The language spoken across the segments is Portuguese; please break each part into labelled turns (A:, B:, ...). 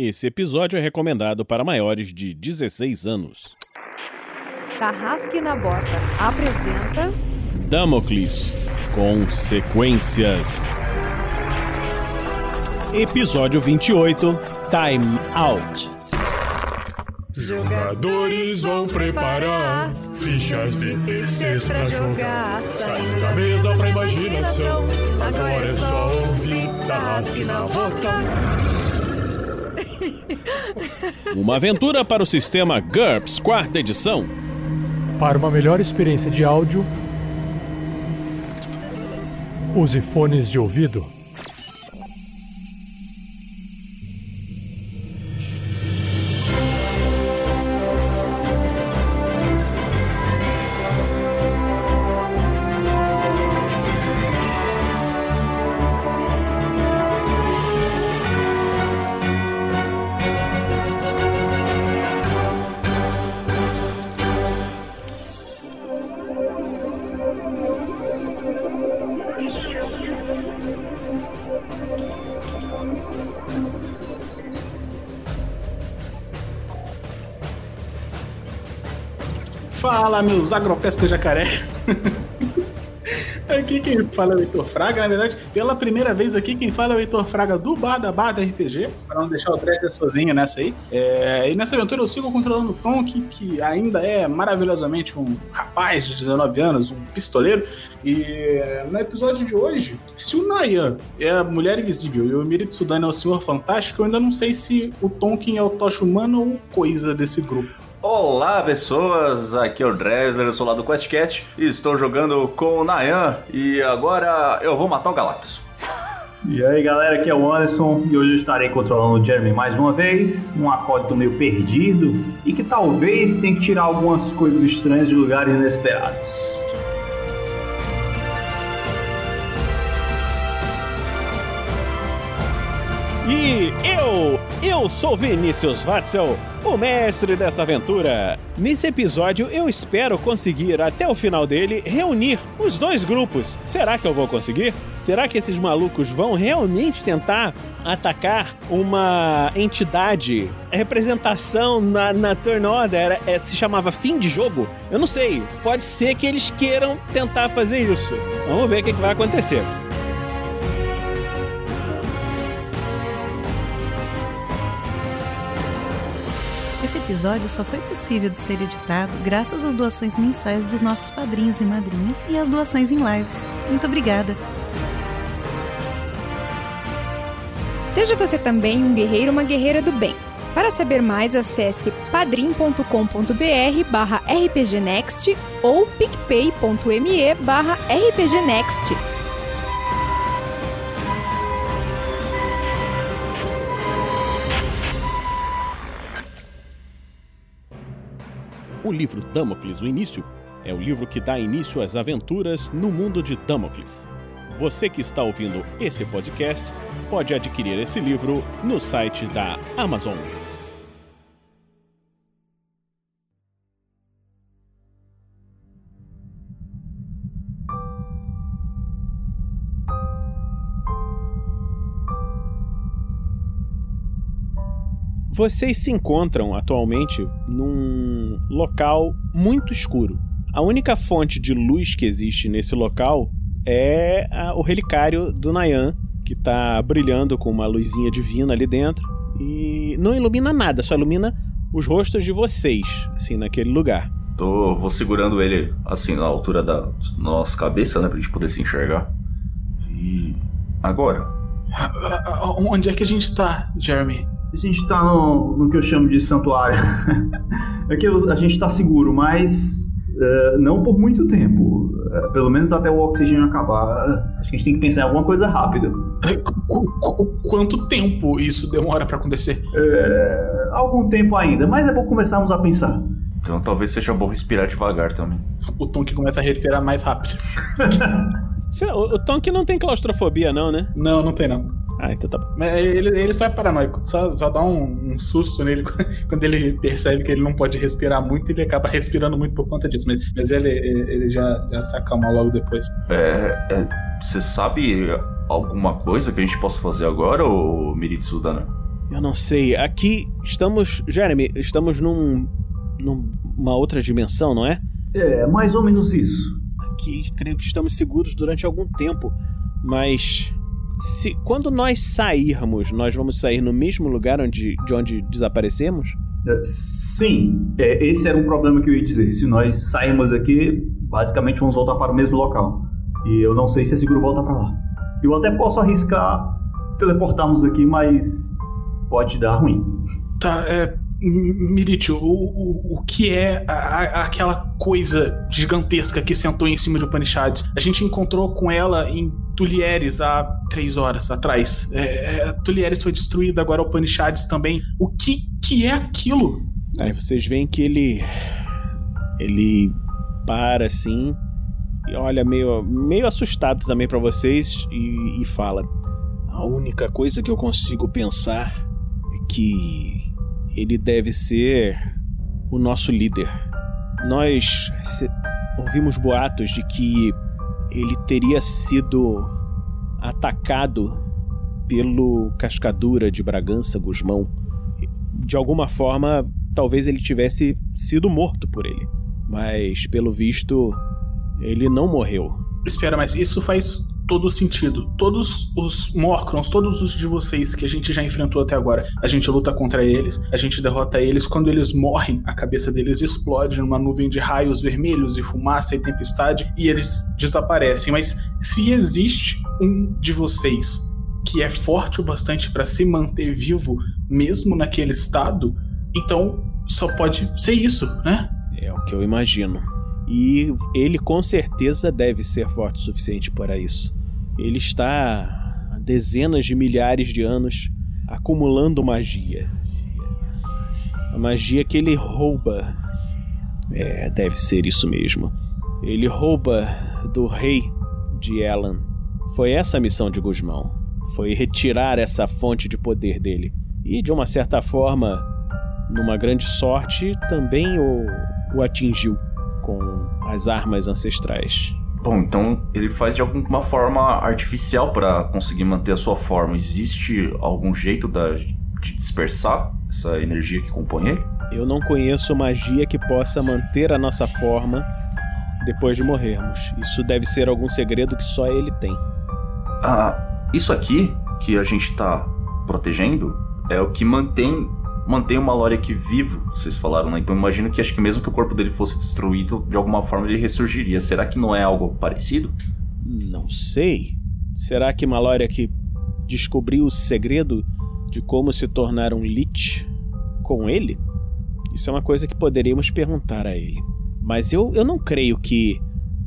A: Esse episódio é recomendado para maiores de 16 anos.
B: Tarrasque na Bota apresenta
A: Damocles, Consequências. Episódio 28, Time Out.
C: Jogadores vão preparar fichas de terceiros pra jogar. Saindo da mesa pra imaginação. Agora é só ouvir Tarrasque na Bota.
A: Uma aventura para o sistema GURPS, quarta edição.
D: Para uma melhor experiência de áudio, use fones de ouvido.
E: Fala, meus agropesca jacaré. Aqui quem fala é o Heitor Fraga. Na verdade, pela primeira vez aqui, quem fala é o Heitor Fraga do Bar da Bada RPG, para não deixar o Dresder sozinho nessa aí. E nessa aventura eu sigo controlando o Tonk, que ainda é maravilhosamente um rapaz de 19 anos, um pistoleiro. E no episódio de hoje, se o Nayan é a Mulher Invisível e o Miritsudana é o Senhor Fantástico, eu ainda não sei se o Tonkin é o Tocha Humana ou coisa desse grupo.
F: Olá pessoas, aqui é o Dresler, eu sou lá do QuestCast e estou jogando com o Nayan e agora eu vou matar o Galactus.
G: E aí galera, aqui é o Anderson e hoje eu estarei controlando o Jeremy mais uma vez, um acólito meio perdido e que talvez tenha que tirar algumas coisas estranhas de lugares inesperados.
A: E eu sou Vinícius Watzel, o mestre dessa aventura. Nesse episódio eu espero conseguir, até o final dele, reunir os dois grupos. Será que eu vou conseguir? Será que esses malucos vão realmente tentar atacar uma entidade? A representação na Turn Order se chamava fim de jogo? Eu não sei, pode ser que eles queiram tentar fazer isso. Vamos ver o que vai acontecer.
H: Esse episódio só foi possível de ser editado graças às doações mensais dos nossos padrinhos e madrinhas e às doações em lives. Muito obrigada!
B: Seja você também um guerreiro ou uma guerreira do bem. Para saber mais, acesse padrim.com.br/rpgnext ou picpay.me/rpgnext.
A: O livro Damocles, o Início, é o livro que dá início às aventuras no mundo de Damocles. Você que está ouvindo esse podcast pode adquirir esse livro no site da Amazon. Vocês se encontram atualmente num local muito escuro. A única fonte de luz que existe nesse local é o relicário do Nayan, que está brilhando com uma luzinha divina ali dentro e não ilumina nada, só ilumina os rostos de vocês, assim, naquele lugar.
F: Vou segurando ele, assim, na altura da nossa cabeça, né, pra gente poder se enxergar. E agora?
E: Onde é que a gente tá, Jeremy?
G: A gente tá no que eu chamo de santuário. Aqui a gente tá seguro, mas não por muito tempo. Pelo menos até o oxigênio acabar. Acho que a gente tem que pensar em alguma coisa rápida.
E: Quanto tempo isso demora pra acontecer?
G: Algum tempo ainda, mas é bom começarmos a pensar.
F: Então talvez seja bom respirar devagar também.
E: O Tom que começa a respirar mais rápido.
A: O Tom que não tem claustrofobia não, né?
E: Não tem não.
A: Ah, então tá bom.
E: Mas ele só é paranoico. Só dá um susto nele quando ele percebe que ele não pode respirar muito e ele acaba respirando muito por conta disso. Mas ele já se acalma logo depois.
F: Você sabe alguma coisa que a gente possa fazer agora, ô Miritsudana?
A: Eu não sei. Aqui estamos... Jeremy, estamos numa outra dimensão, não é?
G: É, mais ou menos isso.
A: Aqui creio que estamos seguros durante algum tempo. Mas... quando nós sairmos, nós vamos sair no mesmo lugar de onde desaparecemos?
G: Sim, esse era um problema que eu ia dizer. Se nós sairmos aqui, basicamente vamos voltar para o mesmo local. E eu não sei se é seguro voltar para lá. Eu até posso arriscar teleportarmos aqui, mas pode dar ruim.
E: Tá, Miritio, o que é aquela coisa gigantesca que sentou em cima de Upanishads? A gente encontrou com ela em Tulieres há 3 horas atrás. Tulieres foi destruída, agora Upanishads também. O que é aquilo?
A: Aí vocês veem que ele para assim e olha meio assustado também pra vocês e fala: a única coisa que eu consigo pensar é que ele deve ser o nosso líder. Nós ouvimos boatos de que ele teria sido atacado pelo Cascadura de Bragança Gusmão. De alguma forma, talvez ele tivesse sido morto por ele. Mas, pelo visto, ele não morreu.
E: Espera, mas isso faz todo sentido. Todos os Morkrons, todos os de vocês que a gente já enfrentou até agora, a gente luta contra eles, a gente derrota eles. Quando eles morrem, a cabeça deles explode numa nuvem de raios vermelhos e fumaça e tempestade e eles desaparecem. Mas se existe um de vocês que é forte o bastante para se manter vivo mesmo naquele estado, então só pode ser isso, né?
A: É o que eu imagino. E ele com certeza deve ser forte o suficiente para isso. Ele está há dezenas de milhares de anos acumulando magia. A magia que ele rouba. Deve ser isso mesmo. Ele rouba do rei de Elan. Foi essa a missão de Gusmão. Foi retirar essa fonte de poder dele. E de uma certa forma, numa grande sorte, também o atingiu com as armas ancestrais.
F: Bom, então ele faz de alguma forma artificial para conseguir manter a sua forma. Existe algum jeito de dispersar essa energia que compõe ele?
A: Eu não conheço magia que possa manter a nossa forma depois de morrermos. Isso deve ser algum segredo que só ele tem.
F: Isso aqui que a gente tá protegendo é o que mantém o Mallory vivo, vocês falaram, né? Então eu imagino que acho que mesmo que o corpo dele fosse destruído, de alguma forma ele ressurgiria. Será que não é algo parecido?
A: Não sei. Será que Mallory descobriu o segredo de como se tornar um Lich com ele? Isso é uma coisa que poderíamos perguntar a ele. Mas eu não creio que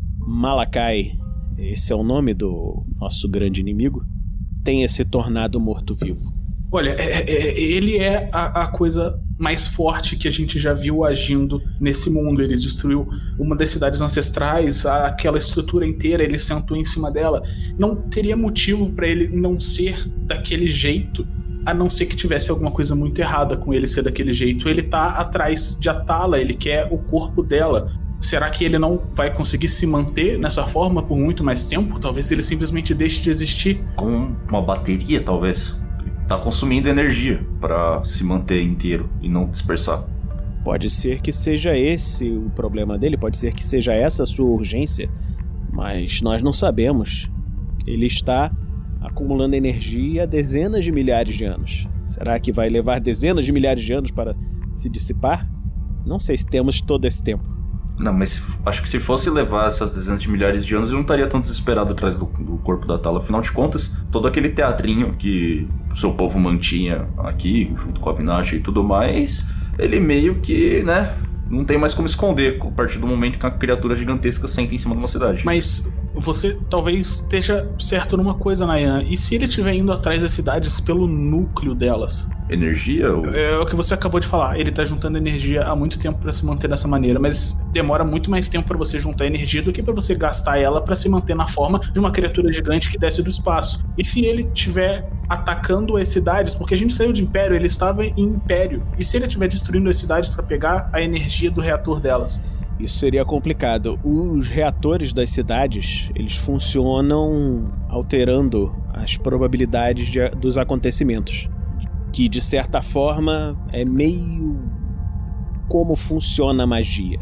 A: Malakai, esse é o nome do nosso grande inimigo, tenha se tornado morto-vivo.
E: Olha, ele é a coisa mais forte que a gente já viu agindo nesse mundo. Ele destruiu uma das cidades ancestrais, aquela estrutura inteira, ele sentou em cima dela. Não teria motivo para ele não ser daquele jeito, a não ser que tivesse alguma coisa muito errada com ele ser daquele jeito. Ele tá atrás de Atala, ele quer o corpo dela. Será que ele não vai conseguir se manter nessa forma por muito mais tempo? Talvez ele simplesmente deixe de existir.
F: Com uma bateria, talvez. Tá consumindo energia para se manter inteiro e não dispersar.
A: Pode ser que seja esse o problema dele, pode ser que seja essa a sua urgência, mas nós não sabemos. Ele está acumulando energia há dezenas de milhares de anos. Será que vai levar dezenas de milhares de anos para se dissipar? Não sei se temos todo esse tempo.
F: Não, mas acho que se fosse levar essas dezenas de milhares de anos, eu não estaria tão desesperado atrás do corpo da Atala. Afinal de contas, todo aquele teatrinho que o seu povo mantinha aqui, junto com a Vinasha e tudo mais, ele meio que, né, não tem mais como esconder a partir do momento que uma criatura gigantesca senta em cima de uma cidade.
E: Mas você talvez esteja certo numa coisa, Nayan. E se ele estiver indo atrás das cidades pelo núcleo delas?
F: Energia?
E: É o que você acabou de falar. Ele tá juntando energia há muito tempo pra se manter dessa maneira, mas demora muito mais tempo pra você juntar energia do que pra você gastar ela pra se manter na forma de uma criatura gigante que desce do espaço. E se ele estiver atacando as cidades, porque a gente saiu de Império, ele estava em Império. E se ele estiver destruindo as cidades pra pegar a energia do reator delas?
A: Isso seria complicado. Os reatores das cidades, eles funcionam alterando as probabilidades dos acontecimentos. que de certa forma é meio como funciona a magia.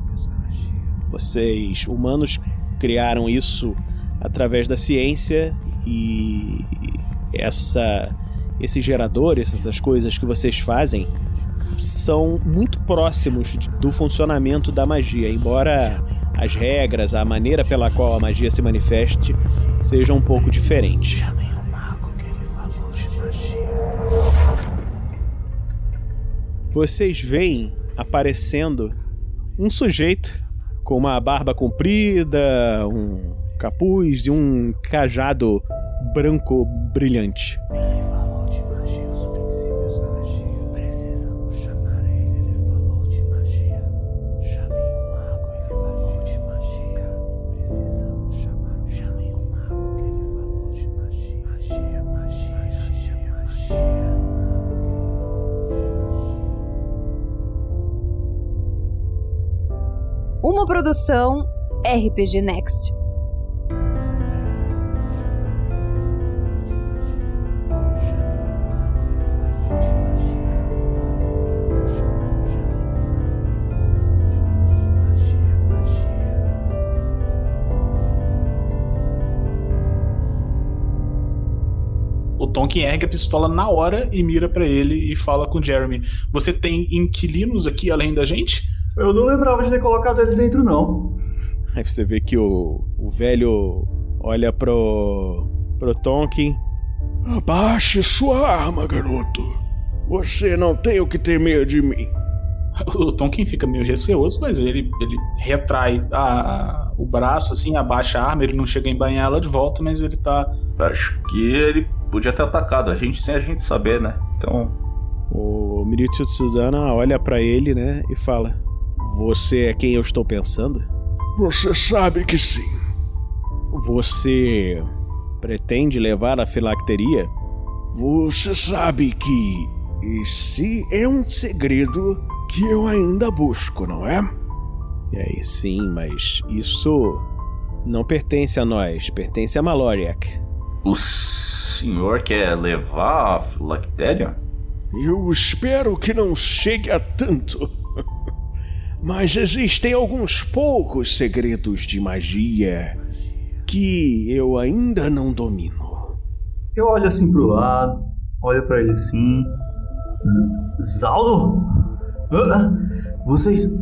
A: Vocês, humanos, criaram isso através da ciência e esses geradores, essas coisas que vocês fazem, são muito próximos do funcionamento da magia, embora as regras, a maneira pela qual a magia se manifeste sejam um pouco diferentes. Vocês veem aparecendo um sujeito com uma barba comprida, um capuz e um cajado branco brilhante.
I: Ele falou de magia, os princípios da magia. Precisamos chamar ele, ele falou de magia. Chamem o mago, ele falou de magia. Precisamos chamar o chamem o mago, que ele falou de magia. Magia, magia, magia, magia.
B: Uma produção RPG Next.
E: O Tonkin ergue a pistola na hora e mira pra ele e fala com o Jeremy: você tem inquilinos aqui além da gente?
G: Eu não lembrava de ter colocado ele dentro, não.
A: Aí você vê que o velho olha pro Tonkin.
C: Abaixe sua arma, garoto. Você não tem o que temer de mim.
E: O Tonkin fica meio receoso, mas ele retrai o braço, assim, abaixa a arma. Ele não chega a embainhar ela de volta, mas ele tá...
F: Acho que ele podia ter atacado a gente sem a gente saber, né? Então...
A: O Miritsu Sudana olha pra ele, né, e fala: você é quem eu estou pensando?
C: Você sabe que sim.
A: Você pretende levar a filacteria?
C: Você sabe que esse é um segredo que eu ainda busco, não é?
A: E aí, sim, mas isso não pertence a nós, pertence a Maloriak.
F: O senhor quer levar a filactéria?
C: Eu espero que não chegue a tanto. Mas existem alguns poucos segredos de magia que eu ainda não domino.
G: Eu olho assim pro lado, olho pra ele assim. Zaldo? Vocês...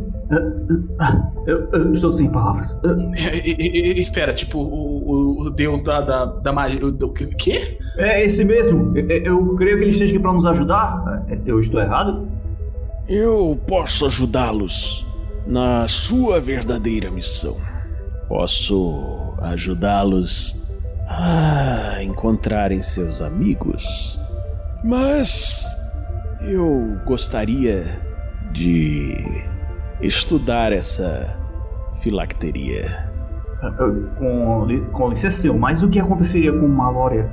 G: Eu estou sem palavras.
E: Espera, tipo, o deus da magia... O quê?
G: É esse mesmo. Eu creio que ele esteja aqui pra nos ajudar. Eu estou errado?
C: Eu posso ajudá-los na sua verdadeira missão.
A: Posso ajudá-los a encontrarem seus amigos, mas eu gostaria de estudar essa filacteria.
G: Com licença, senhor, mas o que aconteceria com Maloriak?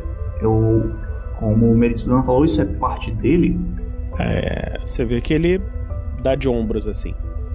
G: Como o Meritsudan falou, isso é parte dele?
A: Você vê que ele dá de ombros assim.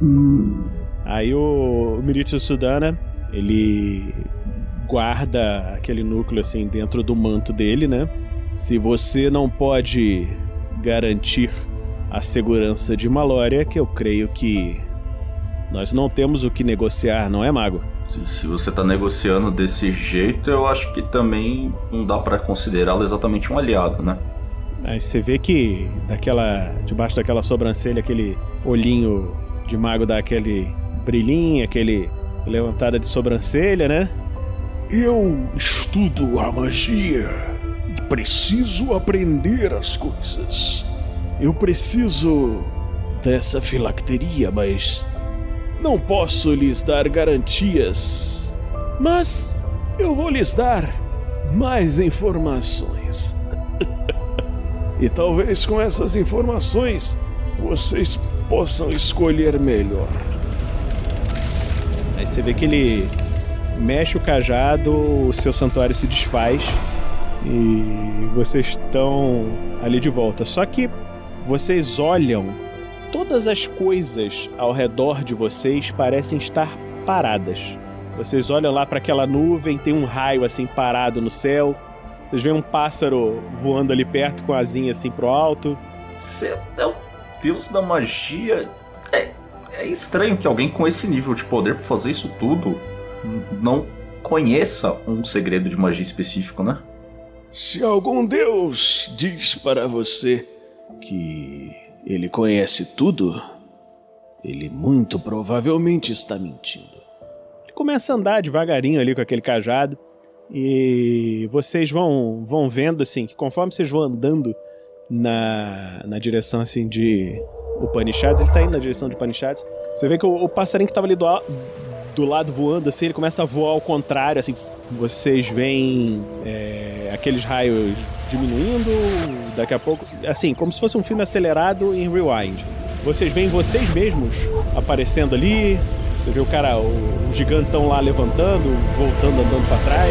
A: Aí o Miritsu Sudana, ele guarda aquele núcleo assim dentro do manto dele, né? Se você não pode garantir a segurança de Maloriak, eu creio que nós não temos o que negociar, não é, mago?
F: Se você tá negociando desse jeito, eu acho que também não dá pra considerá-lo exatamente um aliado, né?
A: Aí você vê que debaixo daquela sobrancelha, aquele olhinho de mago dá aquele brilhinho, aquele levantada de sobrancelha, né?
C: Eu estudo a magia e preciso aprender as coisas.
A: Eu preciso dessa filacteria, mas não posso lhes dar garantias. Mas eu vou lhes dar mais informações. E talvez com essas informações vocês possam escolher melhor. Aí você vê que ele mexe o cajado, o seu santuário se desfaz e vocês estão ali de volta. Só que vocês olham, todas as coisas ao redor de vocês parecem estar paradas. Vocês olham lá para aquela nuvem, tem um raio assim parado no céu. Vocês veem um pássaro voando ali perto com a asinha assim pro alto.
F: Você é o deus da magia. É estranho que alguém com esse nível de poder pra fazer isso tudo não conheça um segredo de magia específico, né?
C: Se algum deus diz para você que ele conhece tudo, ele muito provavelmente está mentindo.
A: Ele começa a andar devagarinho ali com aquele cajado. E vocês vão vendo assim, que conforme vocês vão andando na direção assim de Upanishads, ele tá indo na direção de Upanishads, você vê que o passarinho que tava ali do lado voando assim, ele começa a voar ao contrário, assim, vocês veem aqueles raios diminuindo, daqui a pouco, assim, como se fosse um filme acelerado em rewind. Vocês veem vocês mesmos aparecendo ali. Você vê o cara, o gigantão lá levantando, voltando, andando pra trás.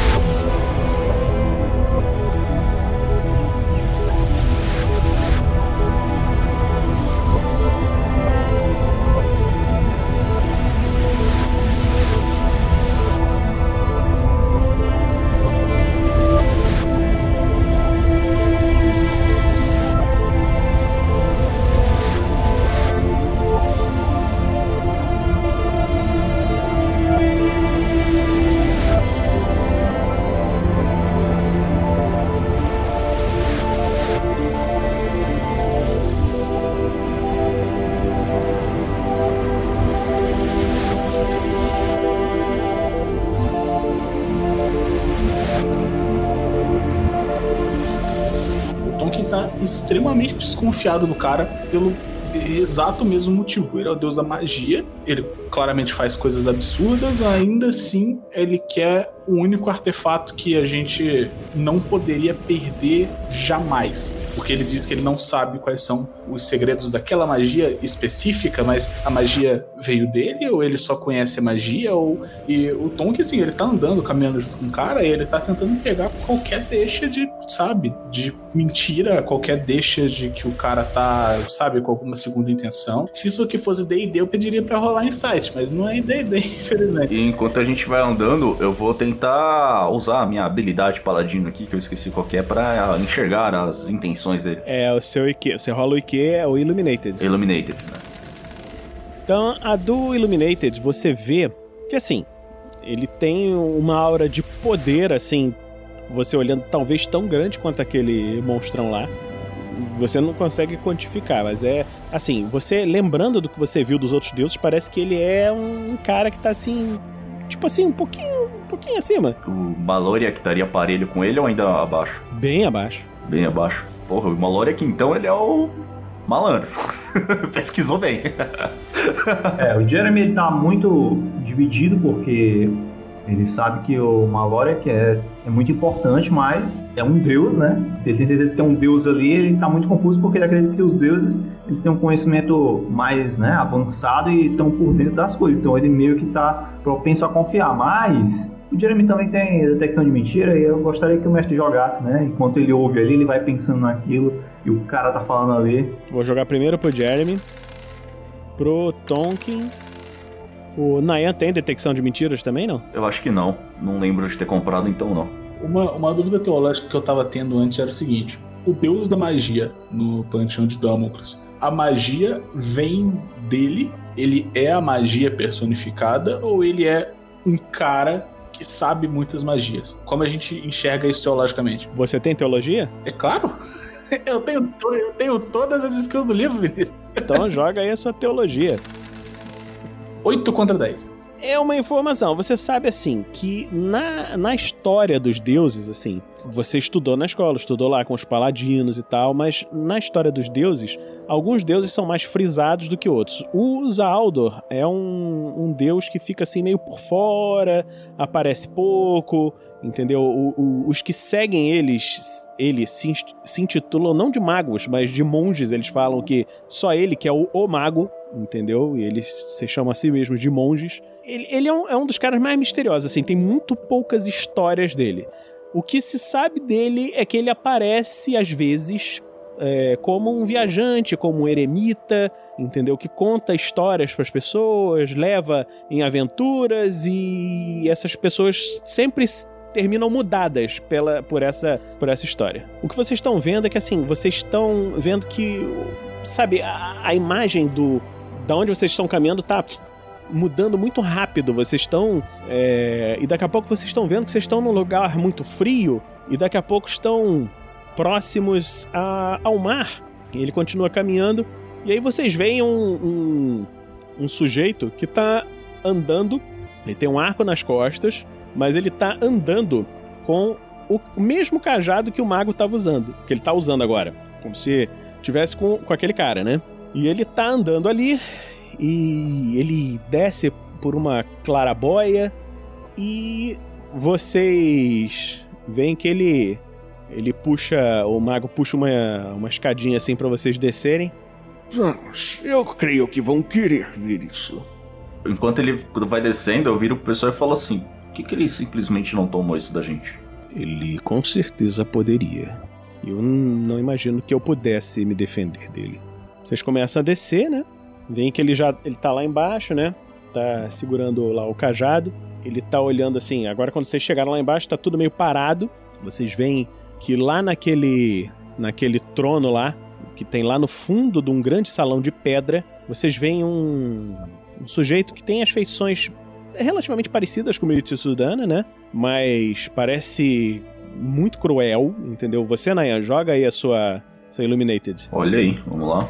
E: Extremamente desconfiado do cara pelo exato mesmo motivo. Ele é o deus da magia, ele claramente faz coisas absurdas, ainda assim ele quer o único artefato que a gente não poderia perder jamais. Porque ele diz que ele não sabe quais são os segredos daquela magia específica, mas a magia veio dele, ou ele só conhece a magia, e o Tonk, assim, ele tá andando, caminhando junto com o cara, e ele tá tentando pegar qualquer deixa de, sabe, de mentira, qualquer deixa de que o cara tá, sabe, com alguma segunda intenção. Se isso aqui fosse D&D, eu pediria pra rolar insight, mas não é D&D, infelizmente.
F: E enquanto a gente vai andando, eu vou tentar usar a minha habilidade paladino aqui, que eu esqueci qual que é, pra enxergar as intenções dele.
A: É o seu IQ. Você rola o IQ, é o Illuminated.
F: Illuminated, né?
A: Então, a do Illuminated, você vê que, assim, ele tem uma aura de poder, assim, você olhando talvez tão grande quanto aquele monstrão lá. Você não consegue quantificar, mas é, assim, você lembrando do que você viu dos outros deuses, parece que ele é um cara que tá, assim, tipo assim, um pouquinho acima.
F: O Maloria que estaria parelho com ele ou ainda abaixo?
A: Bem abaixo.
F: Bem abaixo. Porra, o Maloria aqui então ele é o malandro. Pesquisou bem.
G: O Jeremy ele tá muito dividido porque ele sabe que o Maloria que é muito importante, mas é um deus, né? Se ele tem certeza que é um deus ali, ele tá muito confuso porque ele acredita que os deuses eles têm um conhecimento mais, né, avançado e estão por dentro das coisas. Então ele meio que tá propenso a confiar, mas o Jeremy também tem detecção de mentira e eu gostaria que o mestre jogasse, né? Enquanto ele ouve ali, ele vai pensando naquilo e o cara tá falando ali.
A: Vou jogar primeiro pro Jeremy, pro Tonkin. O Nayan tem detecção de mentiras também, não?
F: Eu acho que não. Não lembro de ter comprado, então não.
E: Uma dúvida teológica que eu tava tendo antes era o seguinte: o deus da magia no panteão de Damocles, a magia vem dele? Ele é a magia personificada ou ele é um cara que sabe muitas magias? Como a gente enxerga isso teologicamente?
A: Você tem teologia?
E: É claro. Eu tenho todas as skills do livro, Vinícius.
A: Então joga aí a sua teologia.
E: 8 contra 10.
A: É uma informação. Você sabe, assim, que na história dos deuses, assim, você estudou na escola, estudou lá com os paladinos e tal, mas na história dos deuses, alguns deuses são mais frisados do que outros. O Zaldor é um deus que fica, assim, meio por fora, aparece pouco, entendeu? Os que seguem eles se intitulam não de magos, mas de monges. Eles falam que só ele que é o mago, entendeu? E eles se chamam a si mesmos de monges. Ele é um dos caras mais misteriosos, assim, tem muito poucas histórias dele. O que se sabe dele é que ele aparece, às vezes, como um viajante, como um eremita, entendeu? Que conta histórias para as pessoas, leva em aventuras, e essas pessoas sempre terminam mudadas por essa história. O que vocês estão vendo é que, assim, vocês estão vendo que, sabe, a imagem da onde vocês estão caminhando tá mudando muito rápido. Vocês estão... e daqui a pouco vocês estão vendo que vocês estão num lugar muito frio e daqui a pouco estão próximos ao mar. E ele continua caminhando e aí vocês veem um sujeito que tá andando. Ele tem um arco nas costas, mas ele tá andando com o mesmo cajado que o mago tava usando, que ele tá usando agora, como se tivesse com aquele cara, né? E ele tá andando ali e ele desce por uma clarabóia e vocês veem que ele puxa, o mago puxa uma escadinha assim pra vocês descerem.
C: Vamos, eu creio que vão querer ver isso.
F: Enquanto ele vai descendo, eu viro pro pessoal e falo assim: por que ele simplesmente não tomou isso da gente?
A: Ele com certeza poderia. Eu não imagino que eu pudesse me defender dele. Vocês começam a descer, né? Veem que ele tá lá embaixo, né? Tá segurando lá o cajado. Ele tá olhando assim. Agora quando vocês chegaram lá embaixo, tá tudo meio parado. Vocês veem que lá naquele trono lá, que tem lá no fundo de um grande salão de pedra, vocês veem um sujeito que tem as feições relativamente parecidas com o Militio Sudana, né? Mas parece muito cruel, entendeu? Você, Nayan, joga aí a sua Illuminated.
F: Olha aí, vamos lá.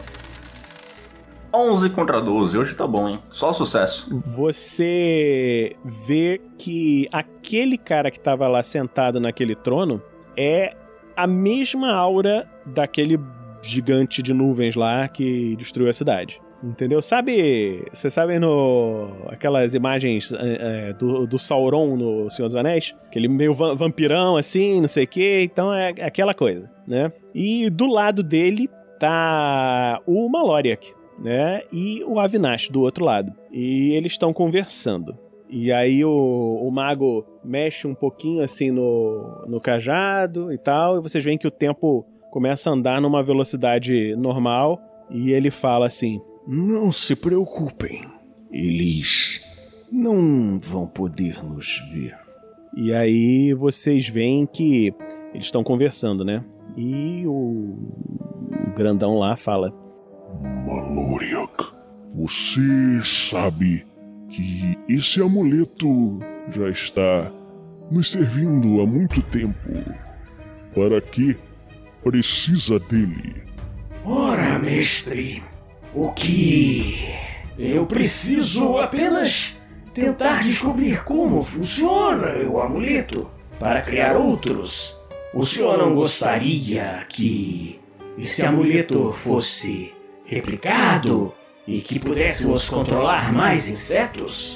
F: 11 contra 12, hoje tá bom, hein? Só sucesso.
A: Você vê que aquele cara que tava lá sentado naquele trono é a mesma aura daquele gigante de nuvens lá que destruiu a cidade. Entendeu? Você sabe aquelas imagens do Sauron no Senhor dos Anéis? Aquele meio vampirão assim, não sei o que. Então é aquela coisa, né? E do lado dele tá o Maloriak, né? E o Avinash do outro lado. E eles estão conversando. E aí o mago mexe um pouquinho assim no cajado e tal. E vocês veem que o tempo começa a andar numa velocidade normal. E ele fala assim:
C: não se preocupem, eles não vão poder nos ver.
A: E aí vocês veem que eles estão conversando, né? E o grandão lá fala:
J: Maloriak, você sabe que esse amuleto já está nos servindo há muito tempo. Para que precisa dele?
C: Ora, mestre, o que eu preciso apenas tentar descobrir como funciona o amuleto para criar outros. O senhor não gostaria que esse amuleto fosse replicado e que pudéssemos controlar mais insetos?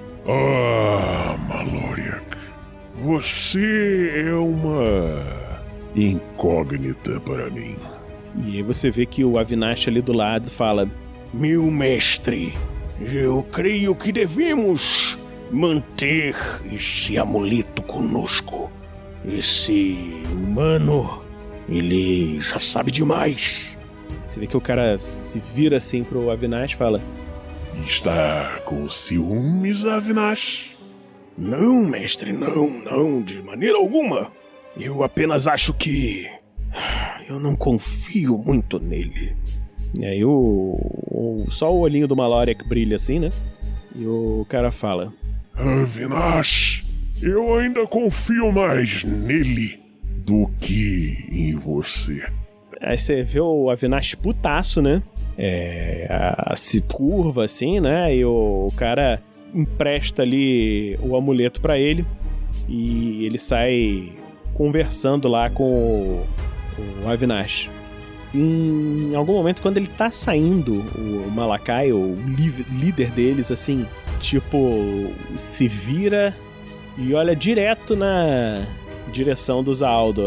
J: Ah, Maloriak, você é uma incógnita para mim.
A: E aí você vê que o Avinash ali do lado fala:
C: meu mestre, eu creio que devemos manter esse amuleto conosco. Esse humano, ele já sabe demais.
A: Você vê que o cara se vira assim pro Avinash e fala:
J: está com ciúmes, Avinash?
C: Não, mestre, não, de maneira alguma. Eu apenas acho que eu não confio muito nele.
A: E aí só o olhinho do Maloriak brilha assim, né? E o cara fala:
J: Avinash, eu ainda confio mais nele do que em você.
A: Aí você vê o Avinash putaço, né? Se curva assim, né? E o cara empresta ali o amuleto pra ele. E ele sai conversando lá com o Avinash. Em algum momento, quando ele tá saindo, o Malakai, o líder deles, assim, tipo, se vira e olha direto na direção dos Aldor.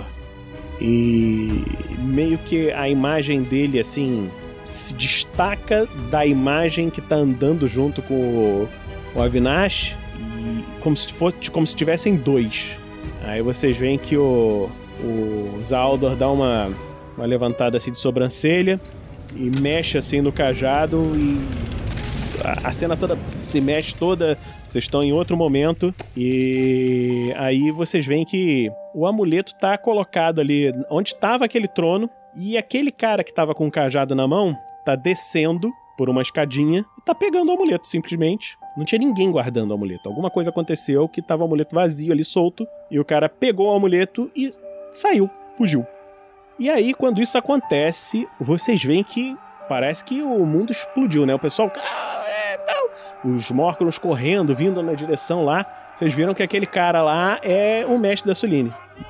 A: E meio que a imagem dele, assim, se destaca da imagem que tá andando junto com o Avinash, e como se tivessem dois. Aí vocês veem que o Zaldor dá uma levantada assim de sobrancelha e mexe assim no cajado e a cena toda se mexe toda. Vocês estão em outro momento e aí vocês veem que o amuleto tá colocado ali onde estava aquele trono e aquele cara que tava com o cajado na mão tá descendo por uma escadinha e tá pegando o amuleto simplesmente. Não tinha ninguém guardando o amuleto. Alguma coisa aconteceu que tava o amuleto vazio ali, solto, e o cara pegou o amuleto e saiu, fugiu. E aí, quando isso acontece, vocês veem que parece que o mundo explodiu, né? O pessoal... Os Morcrons correndo, vindo na direção lá. Vocês viram que aquele cara lá é o mestre da Suline.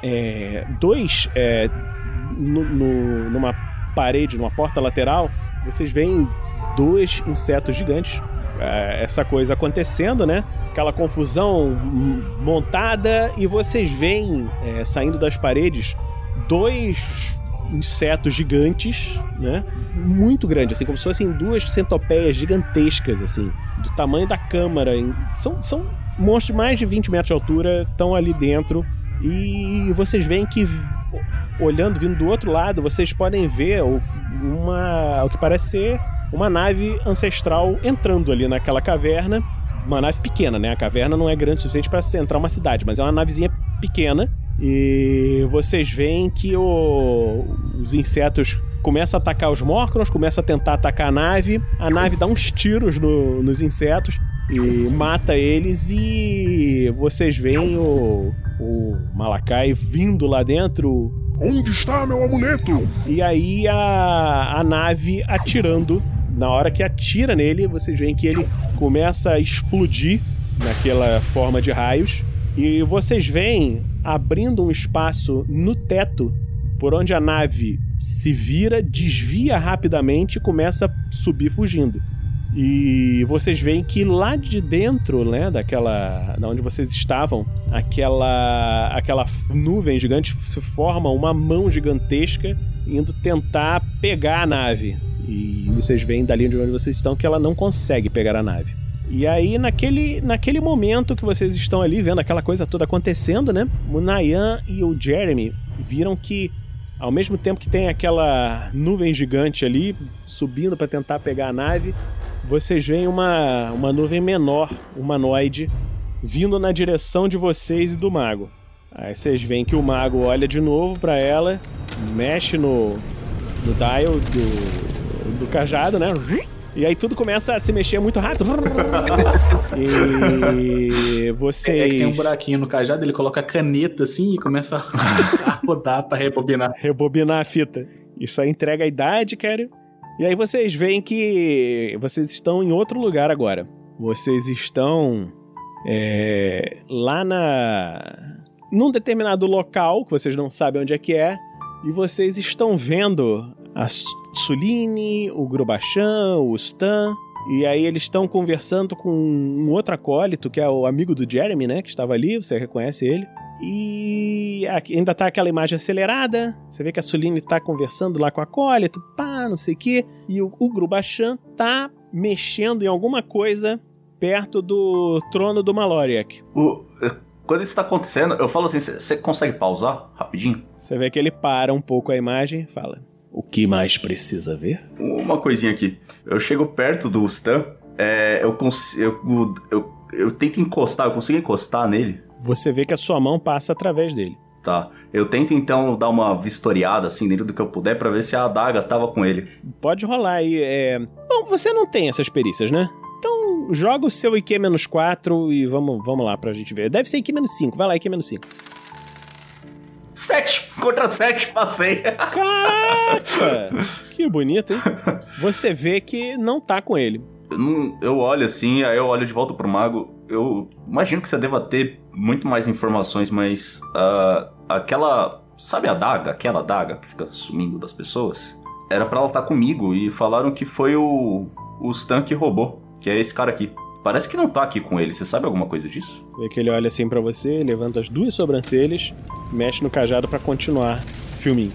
A: Numa parede, numa porta lateral, vocês veem 2 insetos gigantes. Essa coisa acontecendo, né? Aquela confusão montada e vocês veem saindo das paredes 2 insetos gigantes, né? Muito grandes, assim, como se fossem 2 centopeias gigantescas, assim, do tamanho da câmara. São monstros de mais de 20 metros de altura, estão ali dentro e vocês veem que, olhando, vindo do outro lado, vocês podem ver o que parece ser uma nave ancestral entrando ali naquela caverna. Uma nave pequena, né? A caverna não é grande o suficiente para entrar uma cidade, mas é uma navezinha pequena. E vocês veem que os insetos começam a atacar os Morcrons, começam a tentar atacar a nave dá uns tiros nos insetos e mata eles, e vocês veem o Malakai vindo lá dentro.
J: Onde está meu amuleto?
A: E aí a nave atirando. Na hora que atira nele, vocês veem que ele começa a explodir naquela forma de raios. E vocês veem abrindo um espaço no teto por onde a nave se vira, desvia rapidamente e começa a subir fugindo. E vocês veem que lá de dentro, né, da onde vocês estavam, aquela nuvem gigante se forma uma mão gigantesca indo tentar pegar a nave. E vocês veem dali de onde vocês estão que ela não consegue pegar a nave. E aí, naquele momento que vocês estão ali vendo aquela coisa toda acontecendo, né? O Nayan e o Jeremy viram que, ao mesmo tempo que tem aquela nuvem gigante ali subindo para tentar pegar a nave, vocês veem uma nuvem menor, humanoide, vindo na direção de vocês e do mago. Aí vocês veem que o mago olha de novo para ela, mexe no dial do cajado, né? E aí tudo começa a se mexer muito rápido. E vocês...
E: É que tem um buraquinho no cajado, ele coloca a caneta assim e começa a rodar pra rebobinar.
A: Rebobinar a fita. Isso aí entrega a idade, cara. E aí vocês veem que vocês estão em outro lugar agora. Vocês estão lá num determinado local, que vocês não sabem onde é que é, e vocês estão vendo a Suline, o Grubachan, o Stan, e aí eles estão conversando com um outro acólito, que é o amigo do Jeremy, né, que estava ali, você reconhece ele. E ainda tá aquela imagem acelerada, você vê que a Suline tá conversando lá com o acólito, não sei o quê, e o Grubachan tá mexendo em alguma coisa perto do trono do Maloriak.
F: Quando isso tá acontecendo, eu falo assim, você consegue pausar rapidinho?
A: Você vê que ele para um pouco a imagem e fala: o que mais precisa ver?
F: Uma coisinha aqui. Eu chego perto do Stan, eu tento encostar, eu consigo encostar nele?
A: Você vê que a sua mão passa através dele.
F: Tá. Eu tento então dar uma vistoriada assim dentro do que eu puder pra ver se a adaga tava com ele.
A: Pode rolar aí. Bom, você não tem essas perícias, né? Então joga o seu IQ-4 e vamos lá pra gente ver. Deve ser IQ-5. Vai lá, IQ-5.
F: 7 contra 7, passei.
A: Caraca! Que bonito, hein? Você vê que não tá com ele.
F: Eu olho assim, aí eu olho de volta pro mago. Eu imagino que você deva ter muito mais informações, mas sabe aquela adaga que fica sumindo das pessoas? Era pra ela estar comigo e falaram que foi o Stan que roubou, que é esse cara aqui. Parece que não tá aqui com ele, você sabe alguma coisa disso?
A: Vê que ele olha assim pra você, levanta as 2 sobrancelhas, mexe no cajado pra continuar o filminho.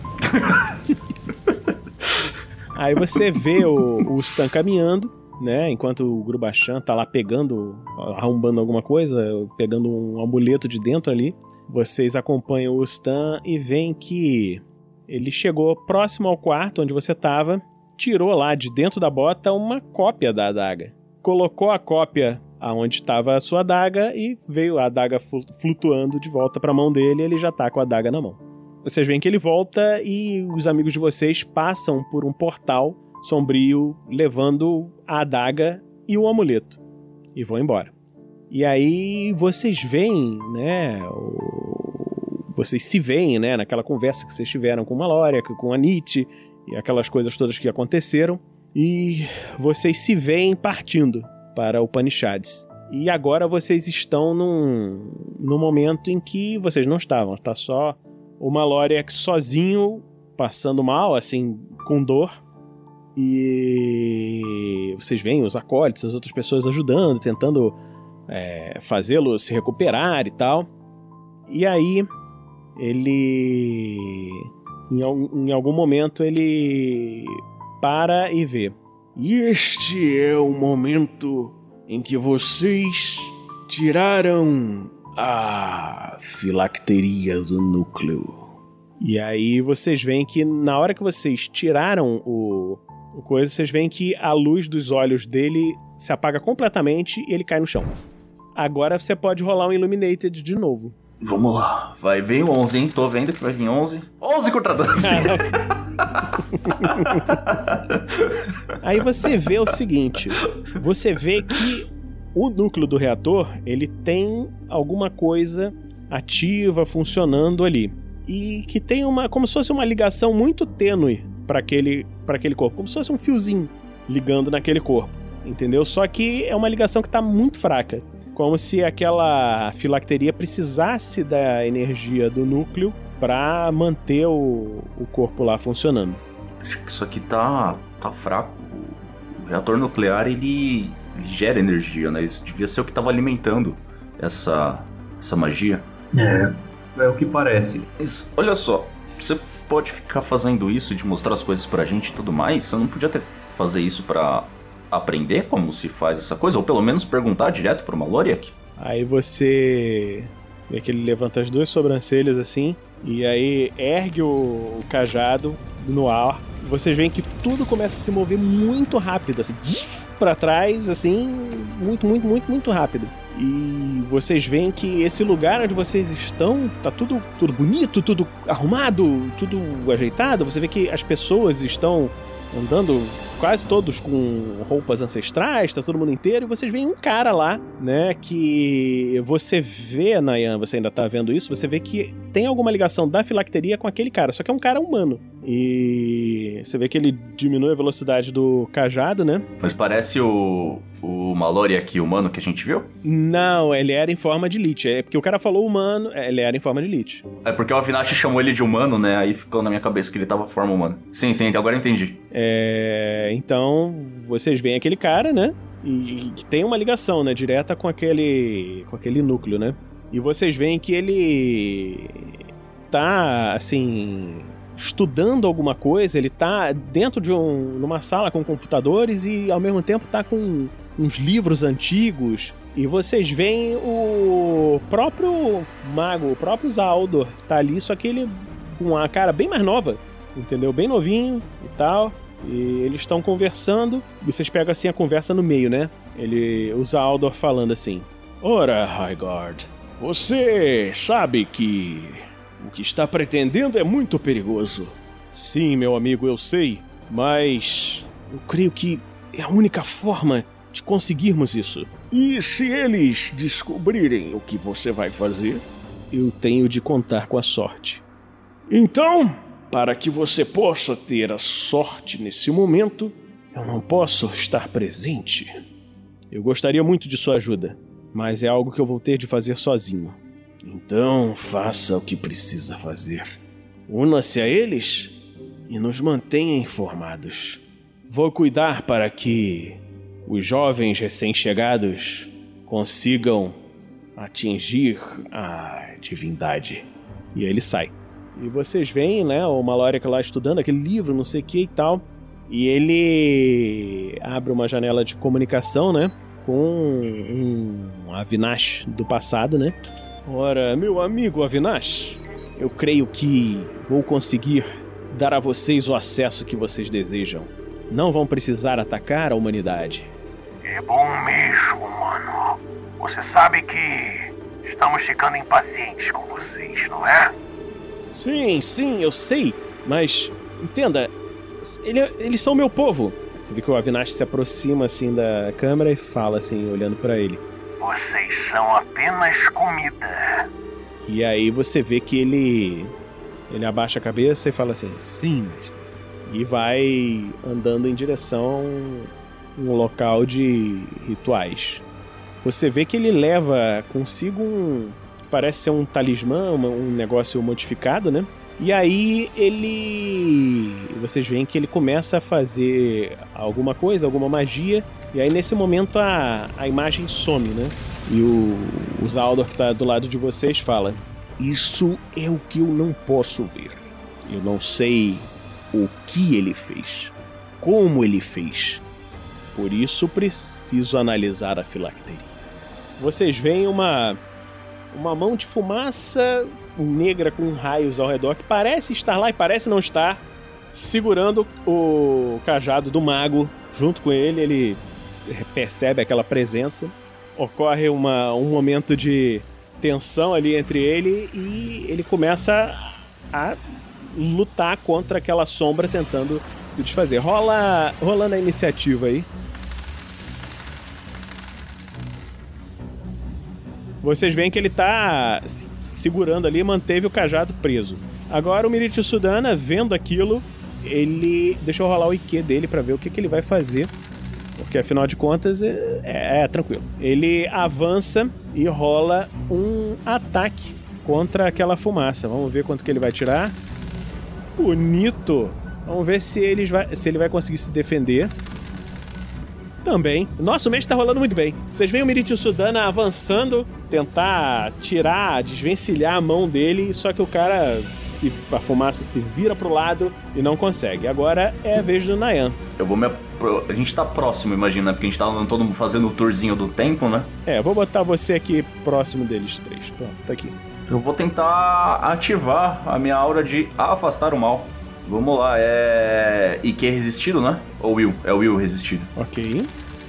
A: Aí você vê o Stan caminhando, né? Enquanto o Grubachan tá lá arrombando alguma coisa, pegando um amuleto de dentro ali. Vocês acompanham o Stan e veem que ele chegou próximo ao quarto onde você tava, tirou lá de dentro da bota uma cópia da adaga. colocou a cópia aonde estava a sua adaga e veio a adaga flutuando de volta para a mão dele e ele já tá com a adaga na mão. Vocês veem que ele volta e os amigos de vocês passam por um portal sombrio levando a adaga e o amuleto e vão embora. E aí vocês veem, né, vocês se veem, né, naquela conversa que vocês tiveram com o Mallory, com a Nietzsche e aquelas coisas todas que aconteceram, e vocês se veem partindo para Upanishads. E agora vocês estão num momento em que vocês não estavam. Está só o Mallory sozinho, passando mal, assim, com dor. E vocês veem os acólitos, as outras pessoas ajudando, tentando fazê-lo se recuperar e tal. E aí, ele... Em algum momento, ele para e vê.
C: E este é o momento em que vocês tiraram a filacteria do núcleo.
A: E aí vocês veem que na hora que vocês tiraram o coisa, vocês veem que a luz dos olhos dele se apaga completamente e ele cai no chão. Agora você pode rolar um Illuminated de novo.
F: Vamos lá. Vai vir 11, hein? Tô vendo que vai vir 11. 11 contra 12.
A: Aí você vê o seguinte. Você vê que o núcleo do reator, ele tem alguma coisa ativa, funcionando ali. E que tem como se fosse uma ligação muito tênue para aquele corpo. Como se fosse um fiozinho ligando naquele corpo. Entendeu? Só que é uma ligação que tá muito fraca. Como se aquela filacteria precisasse da energia do núcleo para manter o corpo lá funcionando.
F: Acho que isso aqui tá fraco. O reator nuclear, ele gera energia, né? Isso devia ser o que tava alimentando essa magia.
G: É o que parece.
F: Mas, olha só, você pode ficar fazendo isso de mostrar as coisas pra gente e tudo mais? Você não podia fazer isso pra aprender como se faz essa coisa? Ou pelo menos perguntar direto pro Maloriak?
A: Aí você vê que ele levanta as duas sobrancelhas assim, e aí ergue o cajado no ar. Vocês veem que tudo começa a se mover muito rápido, assim, pra trás, assim, muito rápido. E vocês veem que esse lugar onde vocês estão, tá tudo bonito, tudo arrumado, tudo ajeitado. Você vê que as pessoas estão andando quase todos com roupas ancestrais, tá todo mundo inteiro, e vocês veem um cara lá, né, que você vê, Nayan, você ainda tá vendo isso, você vê que tem alguma ligação da filacteria com aquele cara, só que é um cara humano. E você vê que ele diminui a velocidade do cajado, né?
F: Mas parece o Maloriak humano que a gente viu?
A: Não, ele era em forma de Lich. É porque o cara falou humano, ele era em forma de Lich.
F: É porque o Avinash chamou ele de humano, né? Aí ficou na minha cabeça que ele tava em forma humana. Sim, agora eu entendi.
A: Então, vocês veem aquele cara, né? E que tem uma ligação, né? Direta com aquele núcleo, né? E vocês veem que ele tá, assim, estudando alguma coisa. Ele tá dentro de numa sala com computadores e, ao mesmo tempo, tá com uns livros antigos. E vocês veem o próprio mago, o próprio Zaldor, tá ali, só que ele com uma cara bem mais nova, entendeu? Bem novinho e tal. E eles estão conversando. Vocês pegam assim a conversa no meio, né? O Zaldor falando assim:
C: Ora, Highguard, você sabe que o que está pretendendo é muito perigoso.
A: Sim, meu amigo, eu sei. Mas eu creio que é a única forma de conseguirmos isso.
C: E se eles descobrirem o que você vai fazer?
A: Eu tenho de contar com a sorte.
C: Então, para que você possa ter a sorte nesse momento,
A: eu não posso estar presente. Eu gostaria muito de sua ajuda, mas é algo que eu vou ter de fazer sozinho.
C: Então, faça o que precisa fazer. Una-se a eles e nos mantenha informados.
A: Vou cuidar para que os jovens recém-chegados consigam atingir a divindade. E aí ele sai. E vocês veem, né, o Maloriak lá estudando aquele livro, não sei o que e tal. E ele abre uma janela de comunicação, né, com um Avinash do passado, né. Ora, meu amigo Avinash, eu creio que vou conseguir dar a vocês o acesso que vocês desejam. Não vão precisar atacar a humanidade.
I: É bom mesmo, mano. Você sabe que estamos ficando impacientes com vocês, não é?
A: Sim, eu sei. Mas, entenda, eles são meu povo. Você vê que o Avinash se aproxima, assim, da câmera e fala, assim, olhando pra ele.
I: Vocês são apenas comida.
A: E aí você vê que ele abaixa a cabeça e fala assim, sim, mestre. E vai andando em direção a um local de rituais. Você vê que ele leva consigo parece ser um talismã, um negócio modificado, né? E aí vocês veem que ele começa a fazer alguma coisa, alguma magia. E aí nesse momento a imagem some, né? E o Zaldor que tá do lado de vocês fala: isso é o que eu não posso ver. Eu não sei o que ele fez, como ele fez. Por isso preciso analisar a filacteria. Vocês veem uma mão de fumaça negra com raios ao redor, que parece estar lá e parece não estar, segurando o cajado do mago. Junto com ele percebe aquela presença. Ocorre um momento de tensão ali entre ele e ele começa a lutar contra aquela sombra, tentando desfazer. Rolando a iniciativa aí. Vocês veem que ele tá segurando ali e manteve o cajado preso. Agora o Miriti Sudana, vendo aquilo, ele... Deixa eu rolar o IQ dele pra ver o que ele vai fazer. Porque afinal de contas é tranquilo. Ele avança e rola um ataque contra aquela fumaça. Vamos ver quanto que ele vai tirar. Bonito. Vamos ver se ele vai conseguir se defender. Também. Nossa, o mestre tá rolando muito bem. Vocês veem o Miriti Sudana avançando, tentar tirar, desvencilhar a mão dele, só que o cara, a fumaça se vira pro lado e não consegue. Agora é a vez do Nayan.
F: A gente tá próximo, imagina, porque a gente tá todo mundo fazendo o tourzinho do tempo, né?
A: Eu vou botar você aqui próximo deles três. Pronto, tá aqui.
F: Eu vou tentar ativar a minha aura de afastar o mal. Vamos lá, IQ resistido, né? Ou Will? É o Will resistido.
A: Ok.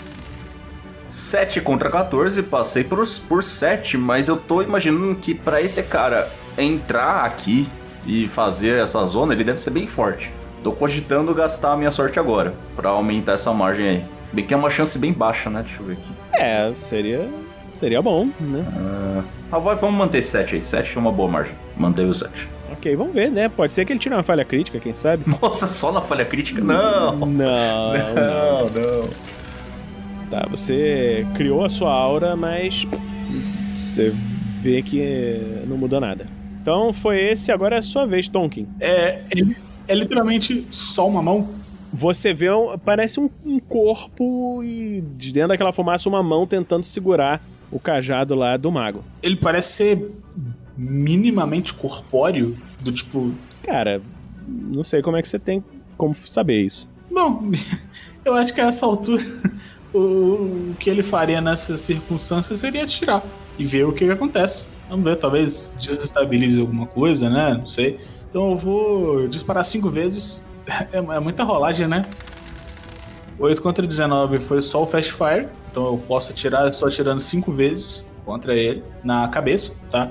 F: 7 contra 14, passei por 7, mas eu tô imaginando que pra esse cara entrar aqui e fazer essa zona, ele deve ser bem forte. Tô cogitando gastar a minha sorte agora, pra aumentar essa margem aí. Bem que é uma chance bem baixa, né? Deixa eu ver aqui.
A: Seria bom, né?
F: Vamos manter 7 aí. 7 é uma boa margem. Manteve o 7.
A: Ok, vamos ver, né? Pode ser que ele tire uma falha crítica, quem sabe?
F: Nossa, só na falha crítica? Não!
A: Não. Tá, você criou a sua aura, mas você vê que não mudou nada. Então foi esse, agora é a sua vez, Tonkin.
E: É literalmente só uma mão?
A: Você vê, parece um corpo e de dentro daquela fumaça uma mão tentando segurar o cajado lá do mago.
E: Ele parece ser minimamente corpóreo, do tipo...
A: Cara, não sei como é que você tem como saber isso.
E: Bom, eu acho que a essa altura o que ele faria nessa circunstância seria atirar e ver o que acontece. Vamos ver, talvez desestabilize alguma coisa, né? Não sei. Então eu vou disparar 5 vezes. É muita rolagem, né? 8 contra 19 foi só o Fast Fire. Então eu posso atirar, estou atirando 5 vezes contra ele na cabeça, tá?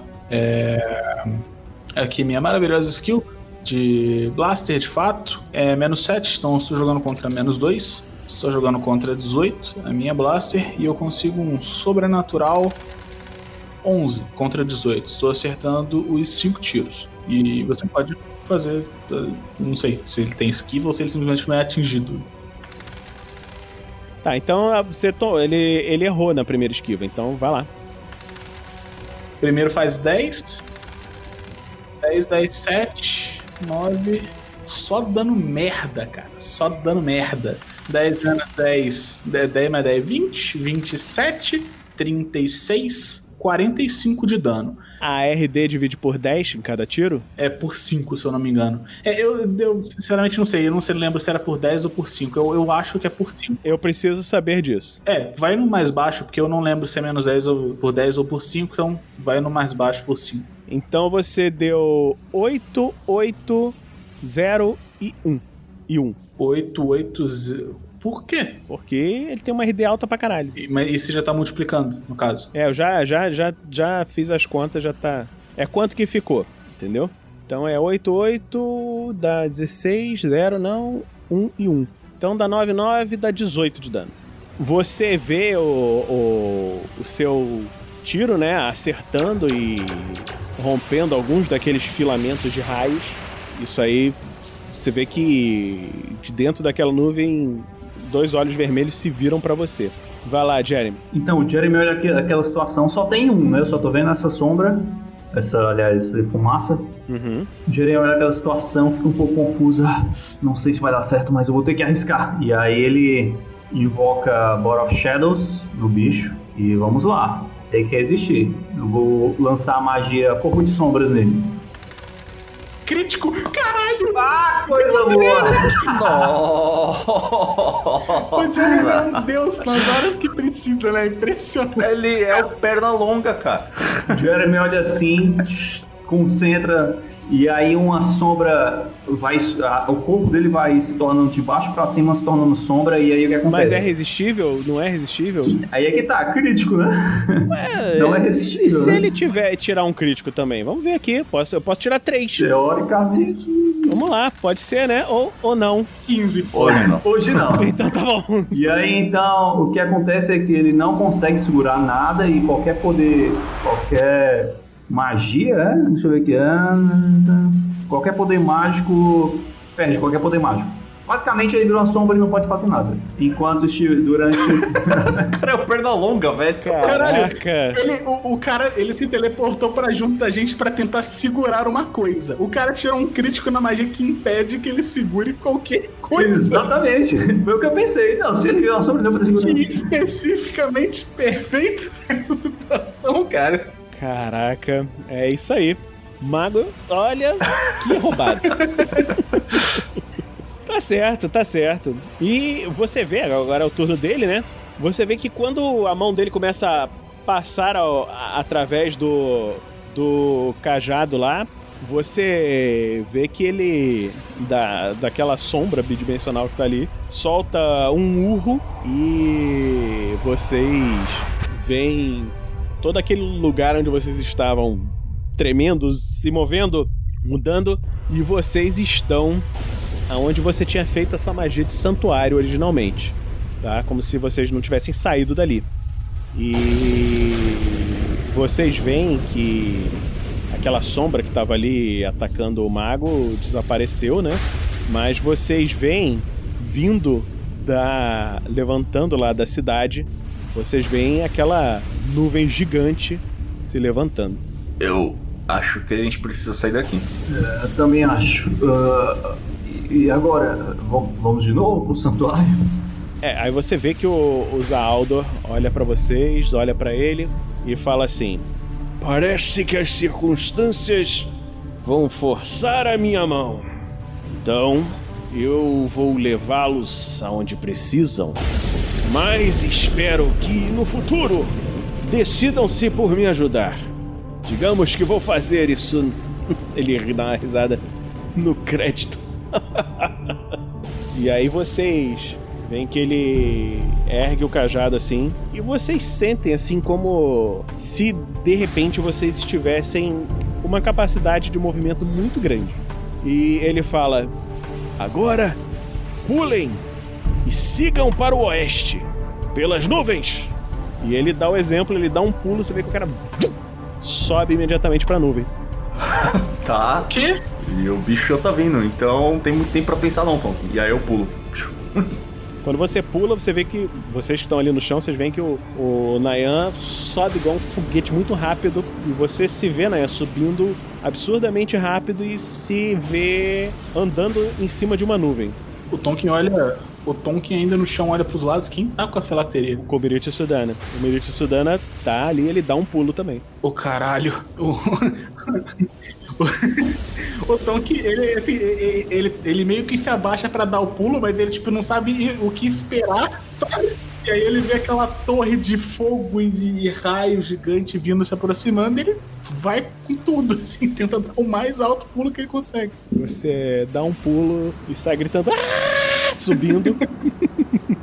E: Aqui minha maravilhosa skill de Blaster, de fato, é -7, então eu estou jogando contra -2. Estou jogando contra 18, a minha Blaster, e eu consigo um sobrenatural 11 contra 18. Estou acertando os 5 tiros. E você pode fazer, não sei se ele tem esquiva ou se ele simplesmente não é atingido.
A: Tá, então ele errou na primeira esquiva, então vai lá.
E: Primeiro faz 10, 10, 7, 9. Só dando merda, cara. Só dando merda. 10 menos 10, 10 mais 10, 20, 27, 36, 45 de dano.
A: A RD divide por 10 em cada tiro?
E: É por 5, se eu não me engano. Eu sinceramente não sei. Eu não lembro se era por 10 ou por 5. Eu acho que é por 5.
A: Eu preciso saber disso.
E: Vai no mais baixo, porque eu não lembro se é menos 10 ou por 10 ou por 5. Então vai no mais baixo por 5.
A: Então você deu 8, 8, 0 e 1.
E: 8, 8, Por quê?
A: Porque ele tem uma RD alta pra caralho.
E: Mas isso já tá multiplicando, no caso.
A: Eu já fiz as contas, já tá... É quanto que ficou, entendeu? Então é 8, 8, dá 16, 0, não, 1 e 1. Então dá 9, 9, dá 18 de dano. Você vê o seu tiro, né, acertando e rompendo alguns daqueles filamentos de raios. Isso aí, você vê que de dentro daquela nuvem, 2 olhos vermelhos se viram pra você. Vai lá, Jeremy.
G: Então, o Jeremy olha aquela situação, só tem um, né? Eu só tô vendo essa sombra, essa fumaça.
A: Uhum.
G: O Jeremy olha aquela situação, fica um pouco confuso. Não sei se vai dar certo, mas eu vou ter que arriscar. E aí ele invoca Board of Shadows no bicho e vamos lá. Tem que resistir. Eu vou lançar a magia Corpo de Sombras nele.
E: Crítico! Caralho!
G: Ah, coisa boa!
E: O Jeremy é um deus nas horas que precisa, né? Impressionante.
F: Ele é o perna longa, cara.
G: O Jeremy olha assim, concentra, e aí uma sombra vai... O corpo dele vai se tornando de baixo pra cima, se tornando sombra, e aí o que acontece?
A: Mas é resistível? Não é resistível?
G: Aí é que tá, crítico, né? Não é resistível.
A: Se
G: né?
A: ele tirar um crítico também? Vamos ver aqui. Eu posso tirar 3.
G: Teoricamente...
A: Vamos lá, pode ser, né? Ou não.
E: 15.
G: Hoje não.
A: Então tá bom.
G: E aí, então, o que acontece é que ele não consegue segurar nada e qualquer poder, qualquer magia, deixa eu ver aqui, qualquer poder mágico, perde qualquer poder mágico. Basicamente, ele virou uma sombra e não pode fazer nada. Enquanto durante...
F: O cara é o perna longa, velho.
E: Caralho, o cara, ele se teleportou pra junto da gente pra tentar segurar uma coisa. O cara tirou um crítico na magia que impede que ele segure qualquer coisa.
G: Exatamente. Foi o que eu pensei. Não, se ele virar uma sombra, não pode segurar.
E: Que especificamente perfeito nessa situação, cara.
A: Caraca, é isso aí. Mago, olha, que roubado. Tá certo. E você vê, agora é o turno dele, né? Você vê que quando a mão dele começa a passar através do cajado lá, você vê que ele, daquela sombra bidimensional que tá ali, solta um urro e vocês veem todo aquele lugar onde vocês estavam tremendo, se movendo, mudando, e vocês estão aonde você tinha feito a sua magia de santuário originalmente, tá? Como se vocês não tivessem saído dali. E vocês veem que aquela sombra que estava ali atacando o mago desapareceu, né? Mas vocês veem vindo levantando lá da cidade, vocês veem aquela nuvem gigante se levantando.
F: Eu acho que a gente precisa sair daqui.
G: Eu também acho. E agora, vamos de novo pro santuário?
A: Aí você vê que o Zaaldor olha pra vocês, olha pra ele e fala assim:
C: parece que as circunstâncias vão forçar a minha mão. Então, eu vou levá-los aonde precisam. Mas espero que no futuro decidam-se por me ajudar. Digamos que vou fazer isso. Ele dá uma risada no crédito. E aí vocês veem que ele ergue o cajado assim, e vocês sentem assim como se de repente vocês estivessem uma capacidade de movimento muito grande. E ele fala: agora pulem e sigam para o oeste pelas nuvens. E ele dá o exemplo, ele dá um pulo, você vê que o cara sobe imediatamente pra nuvem.
F: Tá.
E: Quê?
F: E o bicho já tá vindo, então tem muito tempo pra pensar não, Tom. E aí eu pulo.
A: Quando você pula, você vê que vocês que estão ali no chão, vocês veem que o Nayan sobe igual um foguete muito rápido. E você se vê, Nayan, subindo absurdamente rápido e se vê andando em cima de uma nuvem.
E: O Tonkin ainda no chão olha pros lados. Quem tá com a filateria?
A: O Kobirit Sudana. O Kobirit Sudana tá ali, ele dá um pulo também.
E: O caralho. O Tonkin, ele, assim, ele meio que se abaixa pra dar o pulo, mas ele tipo não sabe o que esperar, sabe? E aí ele vê aquela torre de fogo e de raio gigante vindo se aproximando, e ele vai com tudo, assim, tenta dar o mais alto pulo que ele consegue.
A: Você dá um pulo e sai gritando, subindo.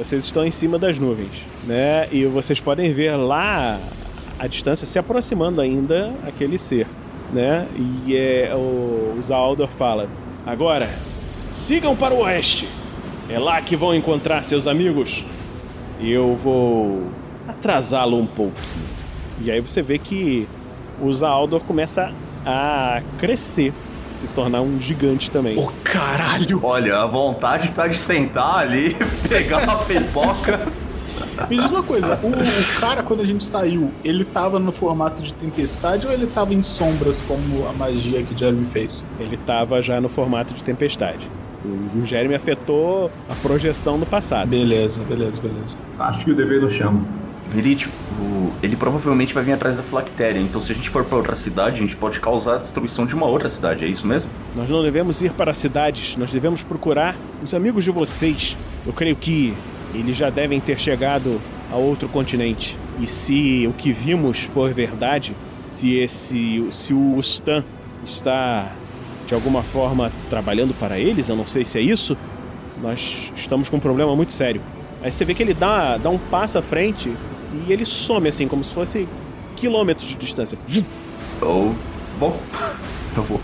A: vocês estão em cima das nuvens, né? E vocês podem ver lá a distância se aproximando ainda aquele ser, né? E o Zaldor fala: agora, sigam para o oeste. É lá que vão encontrar seus amigos. Eu vou atrasá-lo um pouco. E aí você vê que o Zaldor começa a crescer, se tornar um gigante também.
E: Ô, caralho!
F: Olha, a vontade tá de sentar ali, pegar uma pipoca.
E: Me diz uma coisa, o cara, quando a gente saiu, ele tava no formato de tempestade ou ele tava em sombras, como a magia que Jeremy fez?
A: Ele tava já no formato de tempestade. O Jeremy afetou a projeção no passado.
E: Beleza.
G: Acho que o dever nos chama.
F: Merit, ele provavelmente vai vir atrás da Flactéria, então se a gente for pra outra cidade, a gente pode causar a destruição de uma outra cidade, é isso mesmo?
A: Nós não devemos ir para cidades, nós devemos procurar os amigos de vocês. Eu creio que eles já devem ter chegado a outro continente. E se o que vimos for verdade, se o Stan está de alguma forma trabalhando para eles, eu não sei se é isso, nós estamos com um problema muito sério. Aí você vê que ele dá um passo à frente e ele some assim, como se fosse quilômetros de distância.
F: Bom, eu vou.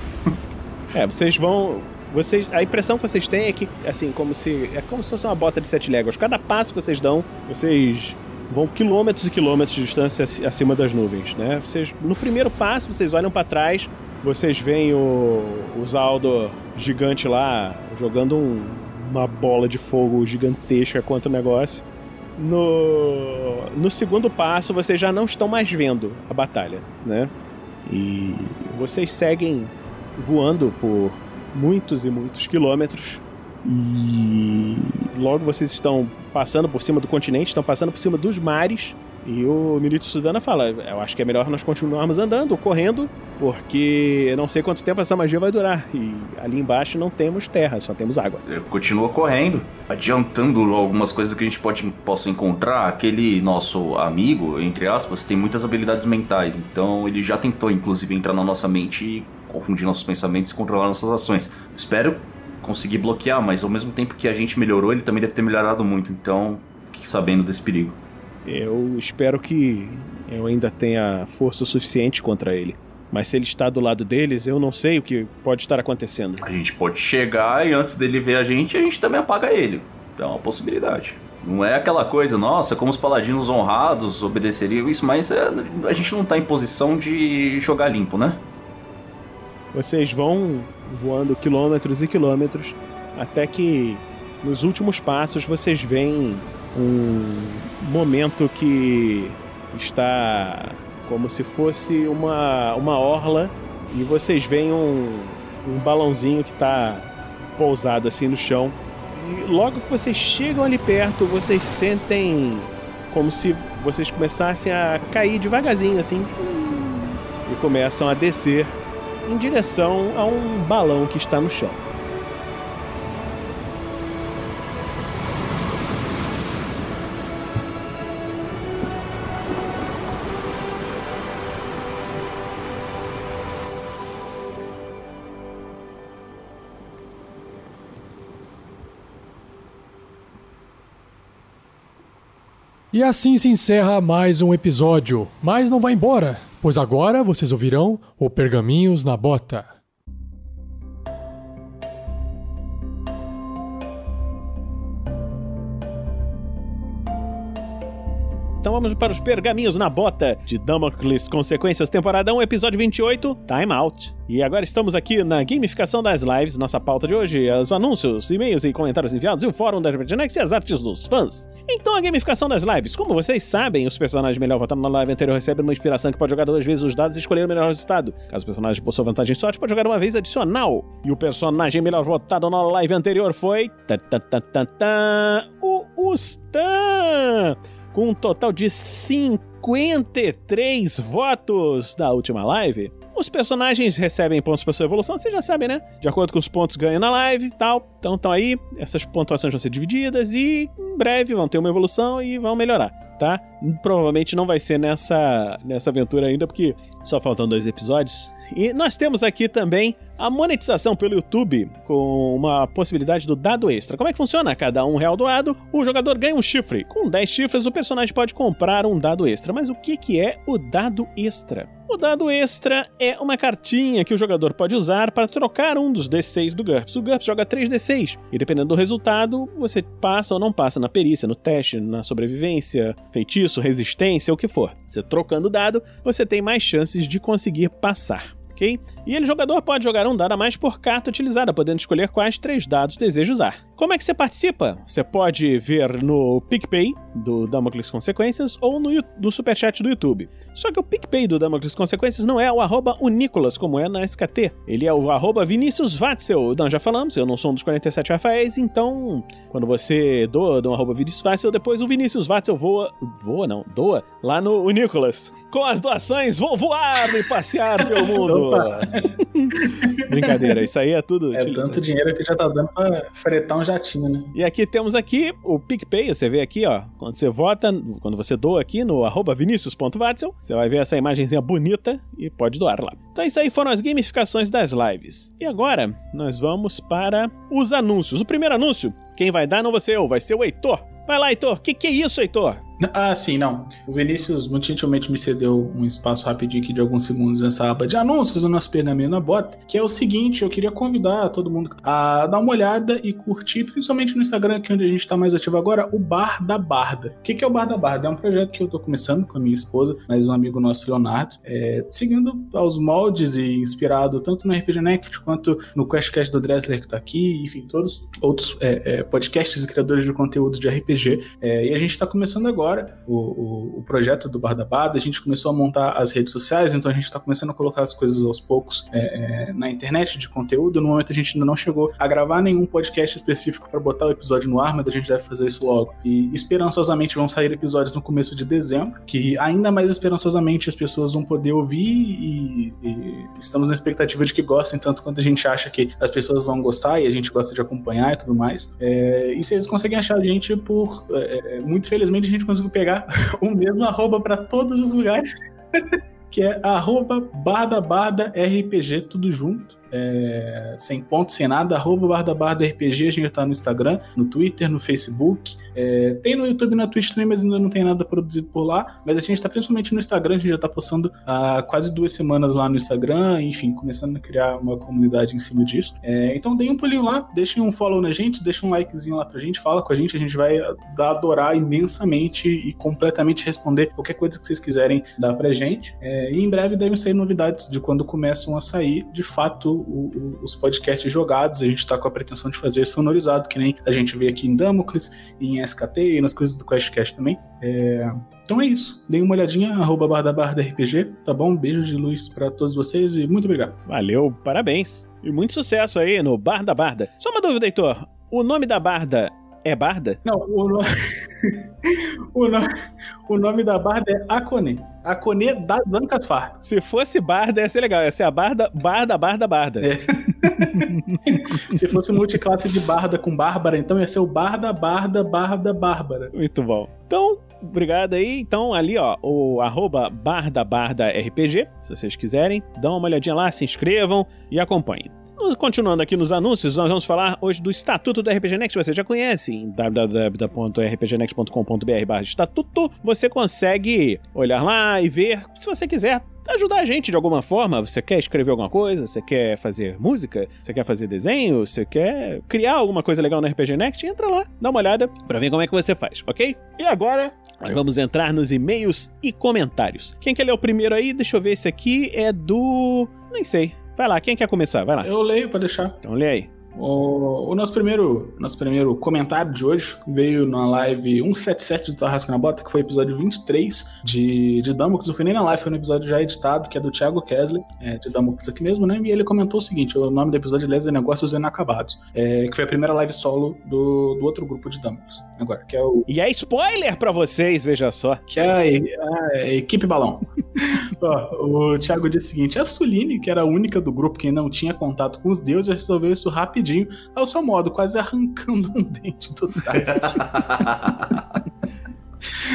A: A impressão que vocês têm é que, assim, como se fosse uma bota de 7 léguas. Cada passo que vocês dão, vocês vão quilômetros e quilômetros de distância acima das nuvens, né? No primeiro passo, vocês olham para trás, vocês veem o Zaldor gigante lá, jogando uma bola de fogo gigantesca contra o negócio. No segundo passo, vocês já não estão mais vendo a batalha, né? E vocês seguem voando por muitos e muitos quilômetros e logo vocês estão passando por cima do continente, estão passando por cima dos mares. E o Milito Sudana fala: eu acho que é melhor nós continuarmos andando, correndo, porque eu não sei quanto tempo essa magia vai durar. E ali embaixo não temos terra, só temos água.
F: Continua correndo, adiantando algumas coisas que a gente possa encontrar. Aquele nosso amigo, entre aspas, tem muitas habilidades mentais. Então ele já tentou, inclusive, entrar na nossa mente e confundir nossos pensamentos e controlar nossas ações. Espero conseguir bloquear, mas ao mesmo tempo que a gente melhorou, ele também deve ter melhorado muito. Então fique sabendo desse perigo.
A: Eu espero que eu ainda tenha força suficiente contra ele. Mas se ele está do lado deles, eu não sei o que pode estar acontecendo.
F: A gente pode chegar e antes dele ver a gente também apaga ele. É uma possibilidade. Não é aquela coisa, nossa, como os paladinos honrados obedeceriam isso, mas a gente não está em posição de jogar limpo, né?
A: Vocês vão voando quilômetros e quilômetros, até que nos últimos passos vocês veem um momento que está como se fosse uma orla, e vocês veem um balãozinho que está pousado assim no chão. E logo que vocês chegam ali perto, vocês sentem como se vocês começassem a cair devagarzinho assim, e começam a descer em direção a um balão que está no chão.
D: E assim se encerra mais um episódio, mas não vai embora, pois agora vocês ouvirão o Pergaminhos na Bota.
A: Então vamos para os Pergaminhos na Bota de Damocles Consequências, temporada 1, episódio 28, Time Out. E agora estamos aqui na gamificação das lives, nossa pauta de hoje, os anúncios, e-mails e comentários enviados, e o fórum da RPG Next e as artes dos fãs. Então a gamificação das lives, como vocês sabem, os personagens melhor votados na live anterior recebem uma inspiração que pode jogar 2 vezes os dados e escolher o melhor resultado. Caso o personagem possua vantagem de sorte, pode jogar uma vez adicional. E o personagem melhor votado na live anterior foi... o Stan! Com um total de 53 votos da última live. Os personagens recebem pontos para sua evolução, vocês já sabem, né? De acordo com os pontos ganhos na live e tal. Então estão aí, essas pontuações vão ser divididas e em breve vão ter uma evolução e vão melhorar, tá? Provavelmente não vai ser nessa aventura ainda, porque só faltam 2 episódios E nós temos aqui também a monetização pelo YouTube, com uma possibilidade do dado extra. Como é que funciona? A cada R$1 doado, o jogador ganha um chifre. Com 10 chifres, o personagem pode comprar um dado extra. Mas o que é o dado extra? O dado extra é uma cartinha que o jogador pode usar para trocar um dos D6 do GURPS. O GURPS joga 3D6 e, dependendo do resultado, você passa ou não passa na perícia, no teste, na sobrevivência, feitiço, resistência, o que for. Você trocando o dado, você tem mais chances de conseguir passar. Okay? E o jogador pode jogar um dado a mais por carta utilizada, podendo escolher quais 3 dados deseja usar. Como é que você participa? Você pode ver no PicPay do Damocles Consequências ou no Superchat do YouTube. Só que o PicPay do Damocles Consequências não é o @Unicolas, como é na SKT. Ele é o @Vinicius Vatzel. Não, já falamos, eu não sou um dos 47 Rafaéis, então quando você doa no @Vinicius Vatzel, depois o Vinicius Vatzel doa lá no Unicolas. Com as doações, vou voar e passear pelo mundo. Brincadeira, isso aí é tudo.
E: É tanto dinheiro que já tá dando pra fretar um jatinho, né?
A: E aqui temos aqui o PicPay, você vê aqui, ó, quando você vota, quando você doa aqui no @Vinicius.Vatzel, você vai ver essa imagenzinha bonita e pode doar lá. Então isso aí foram as gamificações das lives. E agora, nós vamos para os anúncios. O primeiro anúncio, quem vai dar não vai ser eu, vai ser o Heitor. Vai lá, Heitor. Que é isso, Heitor?
E: Ah, sim, não. O Vinícius muito gentilmente me cedeu um espaço rapidinho aqui de alguns segundos nessa aba de anúncios do nosso Pergaminho na Bota, que é o seguinte, eu queria convidar todo mundo a dar uma olhada e curtir, principalmente no Instagram, aqui onde a gente tá mais ativo agora, o Bar da Barda. O que é o Bar da Barda? É um projeto que eu tô começando com a minha esposa, mas um amigo nosso, Leonardo, seguindo aos moldes e inspirado tanto no RPG Next quanto no QuestCast do Dressler que tá aqui, enfim, todos outros podcasts e criadores de conteúdo de RPG. E a gente tá começando agora o projeto do Bar da Barda. A gente começou a montar as redes sociais, então a gente está começando a colocar as coisas aos poucos na internet de conteúdo. No momento a gente ainda não chegou a gravar nenhum podcast específico para botar o episódio no ar, mas a gente deve fazer isso logo. E esperançosamente vão sair episódios no começo de dezembro, que ainda mais esperançosamente as pessoas vão poder ouvir e estamos na expectativa de que gostem tanto quanto a gente acha que as pessoas vão gostar e a gente gosta de acompanhar e tudo mais. E vocês conseguem achar a gente por... muito felizmente a gente conseguiu pegar o mesmo arroba para todos os lugares, que é @BardaBardaRPG, tudo junto. Sem ponto, sem nada, @BardaBardaRPG. A gente já tá no Instagram, no Twitter, no Facebook, tem no YouTube e na Twitch também, mas ainda não tem nada produzido por lá. Mas a gente tá principalmente no Instagram, a gente já tá postando há quase 2 semanas lá no Instagram, enfim, começando a criar uma comunidade em cima disso. Então deem um pulinho lá, deixem um follow na gente, deixem um likezinho lá pra gente, fala com a gente vai adorar imensamente e completamente responder qualquer coisa que vocês quiserem dar pra gente. E em breve devem sair novidades de quando começam a sair, de fato, os podcasts jogados. A gente tá com a pretensão de fazer sonorizado, que nem a gente vê aqui em Damocles e em SKT e nas coisas do QuestCast também. Então é isso. Deem uma olhadinha, @BardaBardaRPG, tá bom? Beijos de luz pra todos vocês e muito obrigado.
A: Valeu, parabéns. E muito sucesso aí no Bar da Barda. Só uma dúvida, Heitor. O nome da Barda é Barda?
E: Não, o nome da Barda é Akone. Akone das Ancas Fartas.
A: Se fosse Barda, ia ser legal. Ia ser a Barda.
E: Se fosse multiclasse de Barda com Bárbara, então ia ser o Barda Bárbara.
A: Muito bom. Então, obrigado aí. Então, ali, ó, o @BardaBardaRPG, se vocês quiserem, dão uma olhadinha lá, se inscrevam e acompanhem. Continuando aqui nos anúncios, nós vamos falar hoje do Estatuto do RPG Next. Você já conhece, em www.rpgnext.com.br/estatuto. Você consegue olhar lá e ver, se você quiser ajudar a gente de alguma forma. Você quer escrever alguma coisa? Você quer fazer música? Você quer fazer desenho? Você quer criar alguma coisa legal no RPG Next? Entra lá, dá uma olhada pra ver como é que você faz, ok? E agora, nós vamos entrar nos e-mails e comentários. Quem quer ler o primeiro aí? Deixa eu ver, esse aqui é do... nem sei. Vai lá, quem quer começar? Vai lá.
E: Eu leio pra deixar.
A: Então lê aí.
E: O nosso primeiro comentário de hoje veio na live 177 do Tarrasca na Bota, que foi o episódio 23 de Damocles. Não foi nem na live, foi no episódio já editado, que é do Thiago Kessler, de Damocles aqui mesmo, né? E ele comentou o seguinte: o nome do episódio, aliás, é Negócios Inacabados, que foi a primeira live solo do outro grupo de Damocles. Agora, que é o...
A: E é spoiler pra vocês, veja só.
E: Que é a Equipe Balão. Ó, o Thiago disse o seguinte: a Suline, que era a única do grupo que não tinha contato com os deuses, resolveu isso rapidinho, ao seu modo, quase arrancando um dente do trás.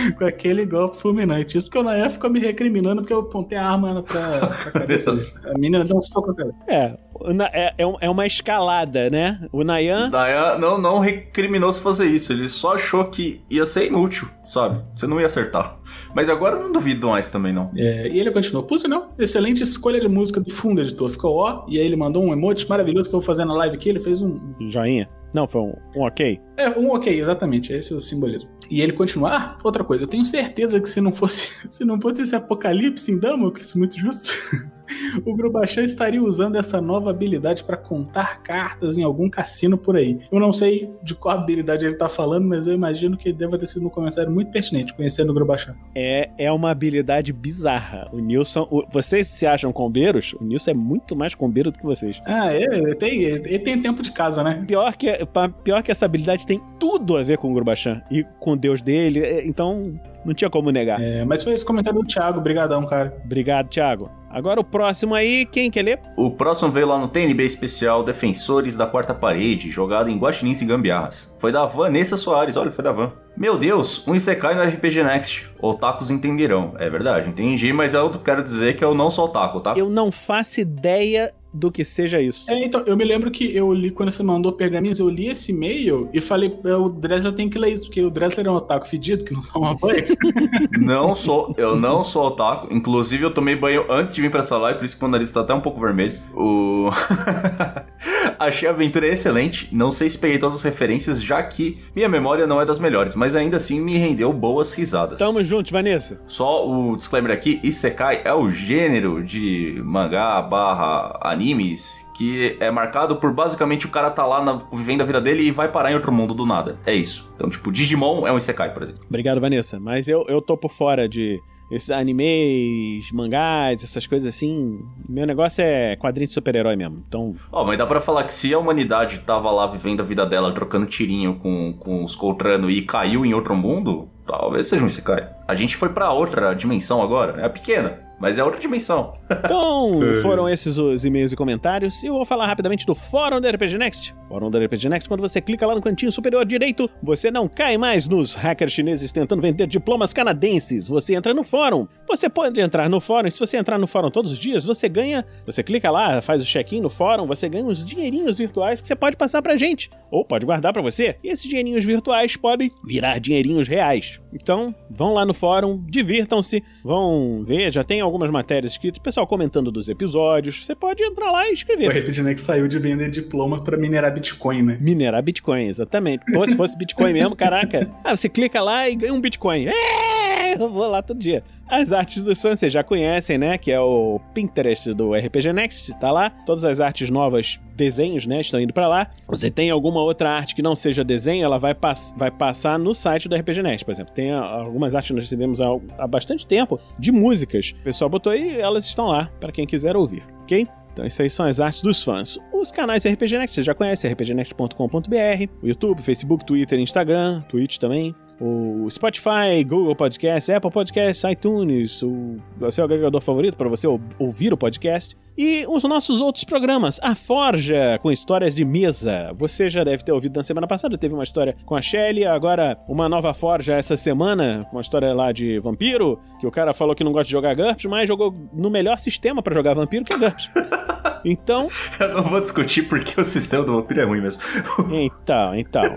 E: com aquele golpe fulminante. Isso porque o Nayan ficou me recriminando porque eu apontei a arma pra cabeça. A menina deu um soco na cara.
A: É uma escalada, né? O Nayan
F: não recriminou se fazer isso. Ele só achou que ia ser inútil, sabe? Você não ia acertar. Mas agora eu não duvido mais também, não.
E: E ele continuou. Por sinal, excelente escolha de música do fundo, editor. Ficou e aí ele mandou um emoji maravilhoso que eu vou fazer na live aqui. Ele fez um
A: joinha. Não, foi um ok.
E: Um ok, exatamente. Esse é o simbolismo. E ele continua. Outra coisa. Eu tenho certeza que se não fosse esse apocalipse em Damocles, muito justo, o Grubachan estaria usando essa nova habilidade para contar cartas em algum cassino por aí. Eu não sei de qual habilidade ele tá falando, mas eu imagino que deva ter sido um comentário muito pertinente, conhecendo o Grubachan.
A: É uma habilidade bizarra. O Nilson... Vocês se acham combeiros? O Nilson é muito mais combeiro do que vocês.
E: Ele tem tempo de casa, né?
A: Pior que essa habilidade tem tudo a ver com o Grubachan e com o deus dele, então não tinha como negar.
E: Mas foi esse comentário do Thiago, brigadão, cara.
A: Obrigado, Thiago. Agora o próximo aí, quem quer ler?
F: O próximo veio lá no TNB especial Defensores da Quarta Parede, jogado em Guaxinins e Gambiarras. Foi da Vanessa Soares, olha, foi da Van. Meu Deus, um Isekai no RPG Next. Otakus entenderão. É verdade, entendi, mas eu quero dizer que eu não sou otaku, tá?
A: Eu não faço ideia do que seja isso.
E: Então, eu me lembro que eu li, quando você mandou pergaminhos, eu li esse e-mail e falei, o Dressler tem que ler isso, porque o Dressler é um otaku fedido, que não toma banho.
F: Eu não sou otaku, inclusive eu tomei banho antes de vir pra essa live, por isso que meu nariz tá até um pouco vermelho. Achei a aventura excelente, não sei se peguei todas as referências, já que minha memória não é das melhores, mas ainda assim me rendeu boas risadas.
A: Tamo juntos, Vanessa.
F: Só o disclaimer aqui, Isekai é o gênero de mangá / animes que é marcado por basicamente o cara tá lá vivendo a vida dele e vai parar em outro mundo do nada. É isso. Então, tipo, Digimon é um Isekai, por exemplo.
A: Obrigado, Vanessa. Mas eu tô por fora de esses animes, mangás, essas coisas assim. Meu negócio é quadrinho de super-herói mesmo. Então...
F: mas dá pra falar que se a humanidade tava lá vivendo a vida dela, trocando tirinho com os Coltrano e caiu em outro mundo, talvez seja um Isekai. A gente foi pra outra dimensão agora. É pequena, mas é outra dimensão.
A: Então, foram esses os e-mails e comentários. E eu vou falar rapidamente do Fórum da RPG Next. Fórum da RPG Next, quando você clica lá no cantinho superior direito, você não cai mais nos hackers chineses tentando vender diplomas canadenses. Você entra no fórum. Você pode entrar no fórum. Se você entrar no fórum todos os dias, você ganha... Você clica lá, faz o check-in no fórum, você ganha uns dinheirinhos virtuais que você pode passar pra gente. Ou pode guardar pra você. E esses dinheirinhos virtuais podem virar dinheirinhos reais. Então, vão lá no fórum, divirtam-se, vão ver, já tem algumas matérias escritas, pessoal comentando dos episódios, você pode entrar lá e escrever.
E: O RPG Next saiu de vender diplomas pra minerar Bitcoin, né?
A: Minerar Bitcoin, exatamente. Pô, se fosse Bitcoin mesmo, caraca. Você clica lá e ganha um Bitcoin. Eu vou lá todo dia. As artes dos fãs vocês já conhecem, né? Que é o Pinterest do RPG Next, tá lá. Todas as artes novas, desenhos, né? Estão indo pra lá. Você tem alguma outra arte que não seja desenho, ela vai passar no site do RPG Next, por exemplo. Tem algumas artes que nós recebemos há bastante tempo de músicas. O pessoal botou aí e elas estão lá para quem quiser ouvir, ok? Então, isso aí são as artes dos fãs. Os canais RPG Next, você já conhece, rpgnext.com.br, o YouTube, Facebook, Twitter, Instagram, Twitch também, o Spotify, Google Podcast, Apple Podcast, iTunes, o seu agregador favorito para você ouvir o podcast. E os nossos outros programas, A Forja, com histórias de mesa. Você já deve ter ouvido na semana passada, teve uma história com a Shelly, agora uma nova Forja essa semana, uma história lá de vampiro, que o cara falou que não gosta de jogar GURPS, mas jogou no melhor sistema pra jogar vampiro, que é GURPS. Então...
F: Eu não vou discutir porque o sistema do vampiro é ruim mesmo.
A: Então,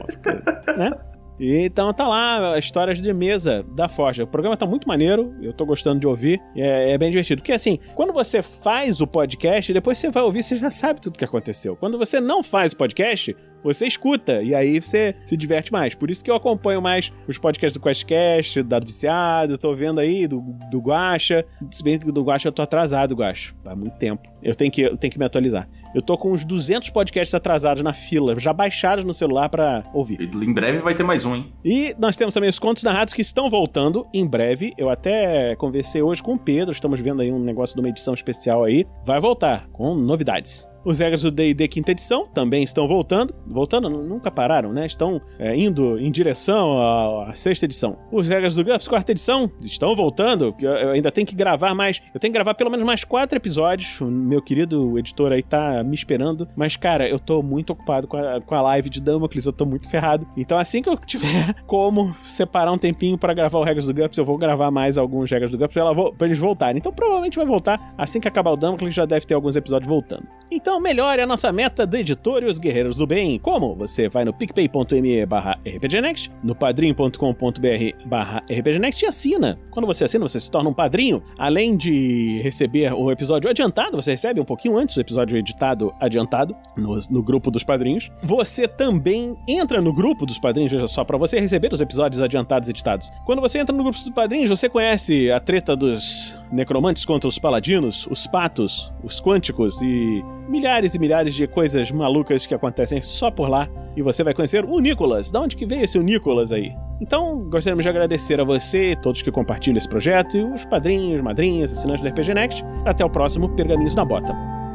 A: né? Então tá lá, histórias de mesa da Forja. O programa tá muito maneiro, eu tô gostando de ouvir, é bem divertido. Porque assim, quando você faz o podcast, depois você vai ouvir, você já sabe tudo que aconteceu. Quando você não faz o podcast, você escuta, e aí você se diverte mais. Por isso que eu acompanho mais os podcasts do QuestCast, do Dado Viciado, tô vendo aí do Guaxa. Se bem que do Guaxa eu tô atrasado, Guaxa, há muito tempo. Eu tenho que me atualizar. Eu tô com uns 200 podcasts atrasados na fila, já baixados no celular pra ouvir.
F: Em breve vai ter mais um, hein?
A: E nós temos também os contos narrados que estão voltando em breve. Eu até conversei hoje com o Pedro, estamos vendo aí um negócio de uma edição especial aí. Vai voltar com novidades. Os regras do D&D quinta edição também estão voltando. Voltando, nunca pararam, né? Estão indo em direção à sexta edição. Os regras do GURPS quarta edição estão voltando. Eu ainda tenho que gravar mais. Eu tenho que gravar pelo menos mais 4 episódios. O meu querido editor aí tá me esperando. Mas, cara, eu tô muito ocupado com a live de Damocles. Eu tô muito ferrado. Então, assim que eu tiver como separar um tempinho pra gravar o regras do GURPS, eu vou gravar mais alguns regras do GURPS pra eles voltarem. Então, provavelmente vai voltar. Assim que acabar o Damocles, já deve ter alguns episódios voltando. Então, melhore a nossa meta do editor e os guerreiros do bem. Como? Você vai no picpay.me/rpgnext, no padrim.com.br/rpgnext e assina. Quando você assina, você se torna um padrinho. Além de receber o episódio adiantado, você recebe um pouquinho antes o episódio editado adiantado no grupo dos padrinhos. Você também entra no grupo dos padrinhos, veja só, para você receber os episódios adiantados editados. Quando você entra no grupo dos padrinhos, você conhece a treta dos necromantes contra os paladinos, os patos, os quânticos e milhares de coisas malucas que acontecem só por lá. E você vai conhecer o Nicolas. Da onde que veio esse Nicolas aí? Então, gostaríamos de agradecer a você, todos que compartilham esse projeto, e os padrinhos, madrinhas, assinantes do RPG Next. Até o próximo Pergaminhos na Bota.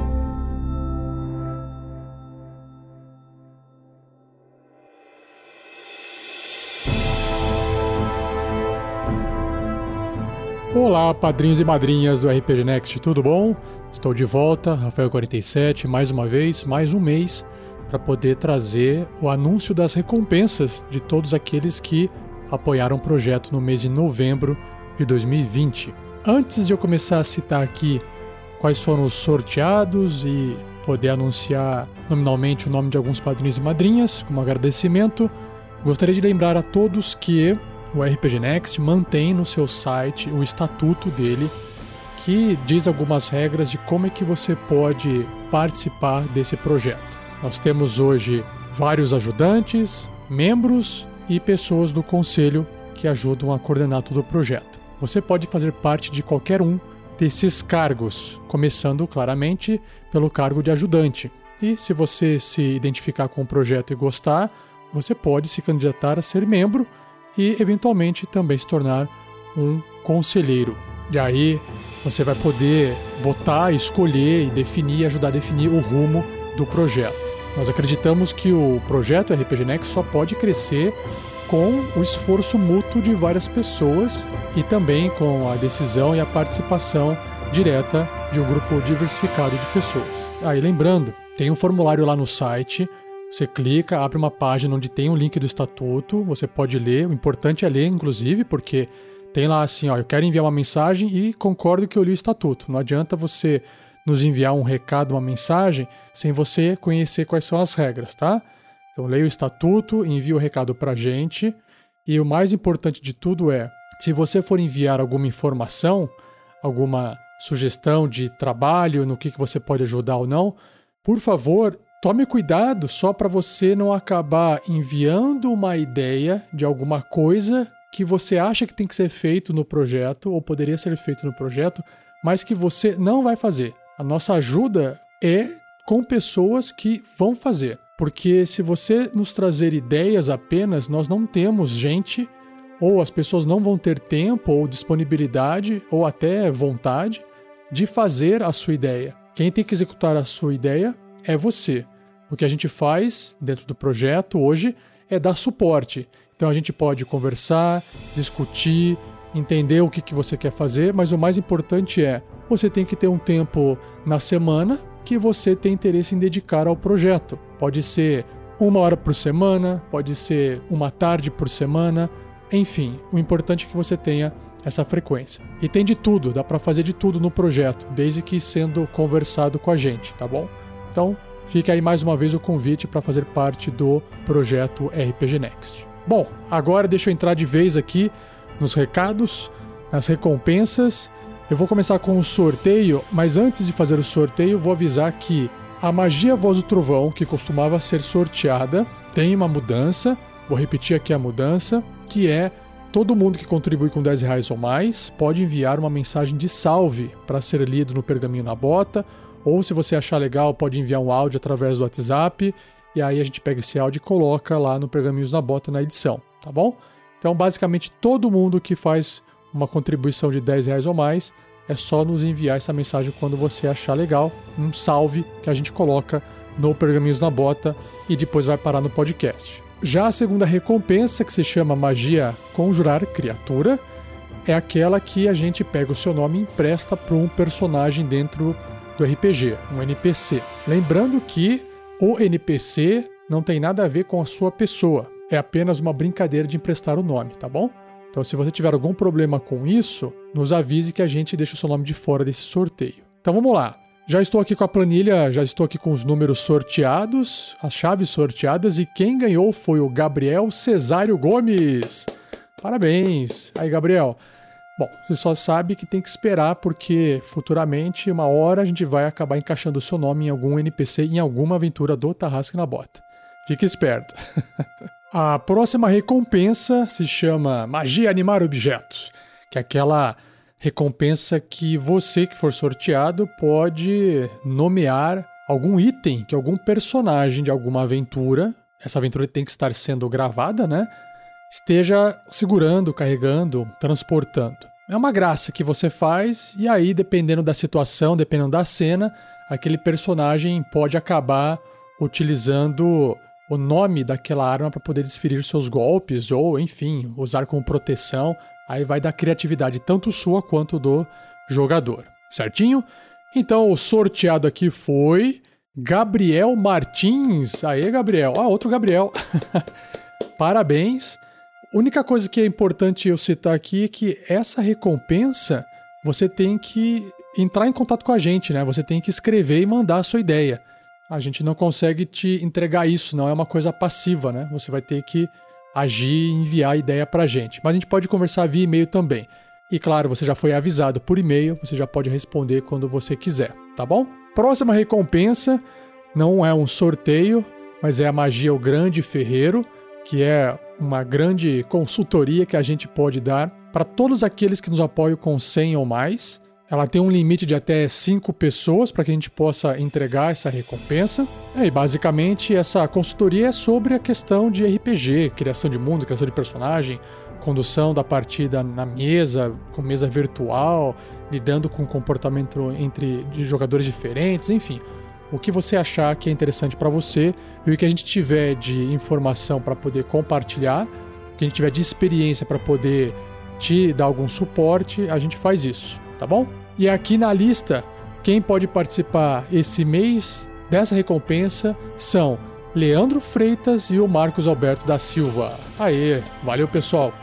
D: Olá, padrinhos e madrinhas do RPG Next, tudo bom? Estou de volta, Rafael47, mais uma vez, mais um mês, para poder trazer o anúncio das recompensas de todos aqueles que apoiaram o projeto no mês de novembro de 2020. Antes de eu começar a citar aqui quais foram os sorteados e poder anunciar nominalmente o nome de alguns padrinhos e madrinhas, como agradecimento, gostaria de lembrar a todos que o RPG Next mantém no seu site o estatuto dele, que diz algumas regras de como é que você pode participar desse projeto. Nós temos hoje vários ajudantes, membros e pessoas do conselho que ajudam a coordenar todo o projeto. Você pode fazer parte de qualquer um desses cargos, começando claramente pelo cargo de ajudante. E se você se identificar com o projeto e gostar, você pode se candidatar a ser membro e, eventualmente, também se tornar um conselheiro. E aí você vai poder votar, escolher e definir, ajudar a definir o rumo do projeto. Nós acreditamos que o projeto RPG Next só pode crescer com o esforço mútuo de várias pessoas e também com a decisão e a participação direta de um grupo diversificado de pessoas. Aí lembrando, tem um formulário lá no site. Você clica, abre uma página onde tem o link do estatuto, você pode ler, o importante é ler, inclusive, porque tem lá assim, ó, eu quero enviar uma mensagem e concordo que eu li o estatuto. Não adianta você nos enviar um recado, uma mensagem, sem você conhecer quais são as regras, tá? Então leia o estatuto, envia o recado pra gente, e o mais importante de tudo é, se você for enviar alguma informação, alguma sugestão de trabalho, no que você pode ajudar ou não, por favor, tome cuidado só para você não acabar enviando uma ideia de alguma coisa que você acha que tem que ser feito no projeto, ou poderia ser feito no projeto, mas que você não vai fazer. A nossa ajuda é com pessoas que vão fazer. Porque se você nos trazer ideias apenas, nós não temos gente, ou as pessoas não vão ter tempo, ou disponibilidade, ou até vontade de fazer a sua ideia. Quem tem que executar a sua ideia é você. O que a gente faz dentro do projeto hoje é dar suporte. Então a gente pode conversar, discutir, entender o que você quer fazer, mas o mais importante é, você tem que ter um tempo na semana que você tem interesse em dedicar ao projeto. Pode ser 1 hora por semana, pode ser 1 tarde por semana, enfim, o importante é que você tenha essa frequência. E tem de tudo, dá para fazer de tudo no projeto, desde que sendo conversado com a gente, tá bom? Então, fica aí mais uma vez o convite para fazer parte do projeto RPG Next. Bom, agora deixa eu entrar de vez aqui nos recados, nas recompensas. Eu vou começar com o sorteio, mas antes de fazer o sorteio, vou avisar que a Magia Voz do Trovão, que costumava ser sorteada, tem uma mudança. Vou repetir aqui a mudança, que é todo mundo que contribui com R$10 ou mais pode enviar uma mensagem de salve para ser lido no Pergaminho na Bota, ou se você achar legal, pode enviar um áudio através do WhatsApp, e aí a gente pega esse áudio e coloca lá no Pergaminhos na Bota na edição, tá bom? Então, basicamente, todo mundo que faz uma contribuição de R$10 ou mais é só nos enviar essa mensagem quando você achar legal, um salve que a gente coloca no Pergaminhos na Bota e depois vai parar no podcast. Já a segunda recompensa, que se chama Magia Conjurar Criatura, é aquela que a gente pega o seu nome e empresta para um personagem dentro do RPG, um NPC. Lembrando que o NPC não tem nada a ver com a sua pessoa, é apenas uma brincadeira de emprestar o nome, tá bom? Então, se você tiver algum problema com isso, nos avise que a gente deixa o seu nome de fora desse sorteio. Então, vamos lá. Já estou aqui com a planilha, já estou aqui com os números sorteados, as chaves sorteadas, e quem ganhou foi o Gabriel Cesário Gomes. Parabéns! Aí, Gabriel. Bom, você só sabe que tem que esperar, porque futuramente, uma hora, a gente vai acabar encaixando o seu nome em algum NPC, em alguma aventura do Tarrasque na Bota. Fique esperto. A próxima recompensa se chama Magia Animar Objetos, que é aquela recompensa que você que for sorteado pode nomear algum item que algum personagem de alguma aventura, essa aventura tem que estar sendo gravada, né? Esteja segurando, carregando, transportando. É uma graça que você faz e aí, dependendo da situação, dependendo da cena, aquele personagem pode acabar utilizando o nome daquela arma para poder desferir seus golpes ou, enfim, usar como proteção. Aí vai da criatividade tanto sua quanto do jogador, certinho? Então o sorteado aqui foi Gabriel Martins. Aê, Gabriel. Outro Gabriel. Parabéns. A única coisa que é importante eu citar aqui é que essa recompensa você tem que entrar em contato com a gente, né? Você tem que escrever e mandar a sua ideia. A gente não consegue te entregar isso, não é uma coisa passiva, né? Você vai ter que agir e enviar a ideia pra gente. Mas a gente pode conversar via e-mail também. E claro, você já foi avisado por e-mail, você já pode responder quando você quiser, tá bom? Próxima recompensa não é um sorteio, mas é a Magia O Grande Ferreiro, que é uma grande consultoria que a gente pode dar para todos aqueles que nos apoiam com 100 ou mais. Ela tem um limite de até 5 pessoas para que a gente possa entregar essa recompensa. E basicamente essa consultoria é sobre a questão de RPG, criação de mundo, criação de personagem, condução da partida na mesa, com mesa virtual, lidando com o comportamento de jogadores diferentes, enfim. O que você achar que é interessante para você e o que a gente tiver de informação para poder compartilhar, o que a gente tiver de experiência para poder te dar algum suporte, a gente faz isso, tá bom? E aqui na lista, quem pode participar esse mês dessa recompensa são Leandro Freitas e o Marcos Alberto da Silva. Aê, valeu pessoal!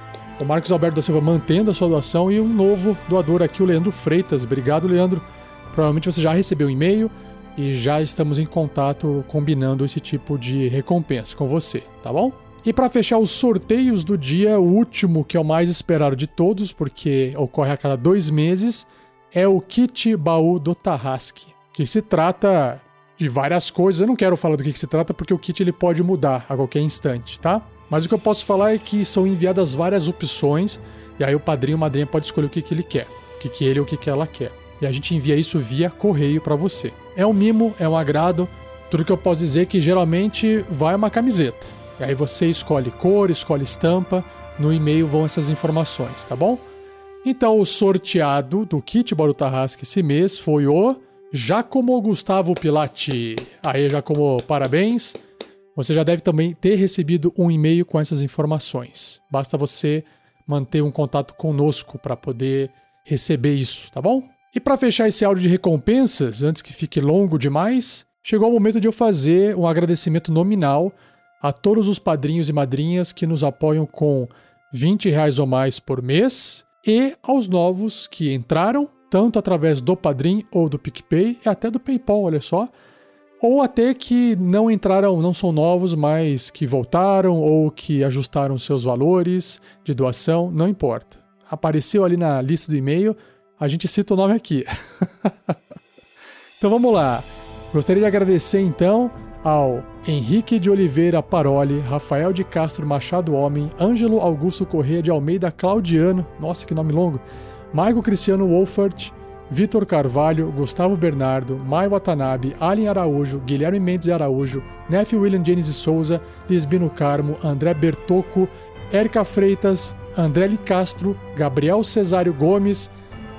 D: O Marcos Alberto da Silva mantendo a sua doação e um novo doador aqui, o Leandro Freitas. Obrigado, Leandro. Provavelmente você já recebeu um e-mail e já estamos em contato combinando esse tipo de recompensa com você, tá bom? E para fechar os sorteios do dia, o último, que é o mais esperado de todos, porque ocorre a cada 2 meses, é o Kit Baú do Tarrasque, que se trata de várias coisas. Eu não quero falar do que se trata, porque o kit ele pode mudar a qualquer instante, tá? Mas o que eu posso falar é que são enviadas várias opções, e aí o padrinho ou madrinha pode escolher o que ele quer, o que ele ou o que ela quer. E a gente envia isso via correio para você. É um mimo, é um agrado. Tudo que eu posso dizer é que geralmente vai uma camiseta. E aí você escolhe cor, escolhe estampa, no e-mail vão essas informações, tá bom? Então o sorteado do Kit Baú do Tarrasque esse mês foi o Giacomo Gustavo Pilati. Aí, Giacomo, parabéns. Você já deve também ter recebido um e-mail com essas informações. Basta você manter um contato conosco para poder receber isso, tá bom? E para fechar esse áudio de recompensas, antes que fique longo demais, chegou o momento de eu fazer um agradecimento nominal a todos os padrinhos e madrinhas que nos apoiam com R$20 ou mais por mês e aos novos que entraram, tanto através do Padrim ou do PicPay e até do PayPal, olha só, ou até que não entraram, não são novos, mas que voltaram ou que ajustaram seus valores de doação, não importa. Apareceu ali na lista do e-mail, a gente cita o nome aqui. Então vamos lá. Gostaria de agradecer então ao Henrique de Oliveira Paroli, Rafael de Castro Machado Homem, Ângelo Augusto Corrêa de Almeida Claudiano, nossa que nome longo, Maico Cristiano Wolfert, Vitor Carvalho, Gustavo Bernardo, Mai Watanabe, Alien Araújo, Guilherme Mendes Araújo, Nef William Gênesis Souza, Lisbino Carmo, André Bertocco, Érica Freitas, André Li Castro, Gabriel Cesário Gomes,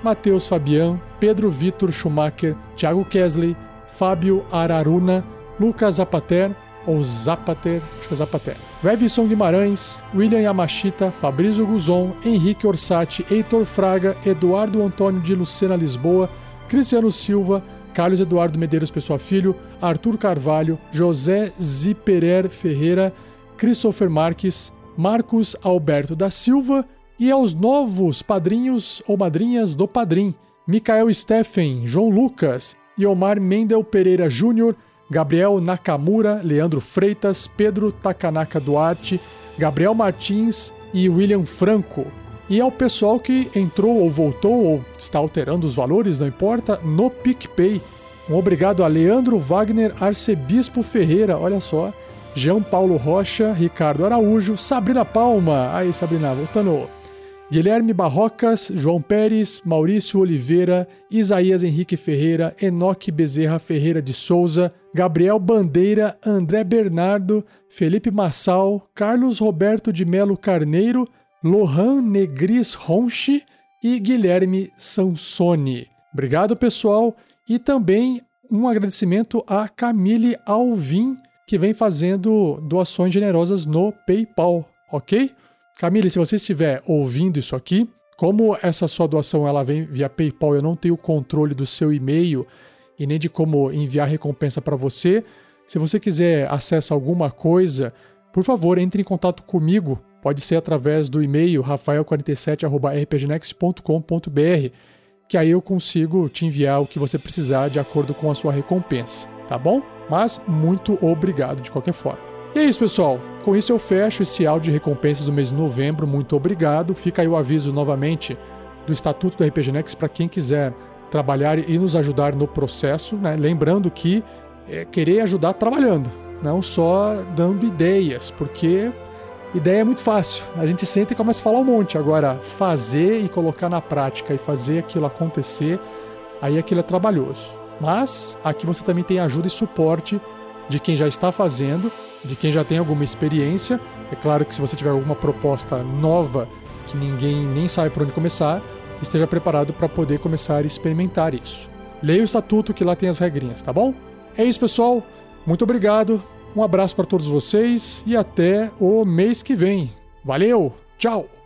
D: Matheus Fabian, Pedro Vitor Schumacher, Thiago Kesley, Fábio Araruna, Lucas Zapater, ou Zapater, acho que é Zapater, Revson Guimarães, William Yamashita, Fabrício Guzon, Henrique Orsatti, Heitor Fraga, Eduardo Antônio de Lucena Lisboa, Cristiano Silva, Carlos Eduardo Medeiros Pessoa Filho, Arthur Carvalho, José Ziperer Ferreira, Christopher Marques, Marcos Alberto da Silva e aos novos padrinhos ou madrinhas do Padrim, Micael Steffen, João Lucas, Iomar Mendel Pereira Júnior, Gabriel Nakamura, Leandro Freitas, Pedro Takanaka Duarte, Gabriel Martins e William Franco. E ao pessoal que entrou ou voltou ou está alterando os valores, não importa, no PicPay. Um obrigado a Leandro Wagner Arcebispo Ferreira, olha só, Jean Paulo Rocha, Ricardo Araújo, Sabrina Palma, aí Sabrina, voltando, Guilherme Barrocas, João Pérez, Maurício Oliveira, Isaías Henrique Ferreira, Enoque Bezerra Ferreira de Souza, Gabriel Bandeira, André Bernardo, Felipe Massal, Carlos Roberto de Melo Carneiro, Lohan Negris Ronchi e Guilherme Sansoni. Obrigado, pessoal. E também um agradecimento a Camille Alvim, que vem fazendo doações generosas no PayPal, ok? Camille, se você estiver ouvindo isso aqui, como essa sua doação ela vem via PayPal, eu não tenho controle do seu e-mail e nem de como enviar recompensa para você. Se você quiser acesso a alguma coisa, por favor, entre em contato comigo. Pode ser através do e-mail rafael47@rpgnext.com.br, que aí eu consigo te enviar o que você precisar de acordo com a sua recompensa, tá bom? Mas muito obrigado de qualquer forma. E é isso, pessoal. Com isso eu fecho esse áudio de recompensas do mês de novembro. Muito obrigado. Fica aí o aviso novamente do Estatuto da RPG Next para quem quiser trabalhar e nos ajudar no processo, né? Lembrando que querer ajudar trabalhando, não só dando ideias, porque ideia é muito fácil. A gente senta e começa a falar um monte. Agora, fazer e colocar na prática e fazer aquilo acontecer, aí aquilo é trabalhoso. Mas aqui você também tem ajuda e suporte de quem já está fazendo, de quem já tem alguma experiência. É claro que se você tiver alguma proposta nova que ninguém nem sabe por onde começar, esteja preparado para poder começar a experimentar isso. Leia o estatuto que lá tem as regrinhas, tá bom? É isso, pessoal. Muito obrigado. Um abraço para todos vocês e até o mês que vem. Valeu! Tchau!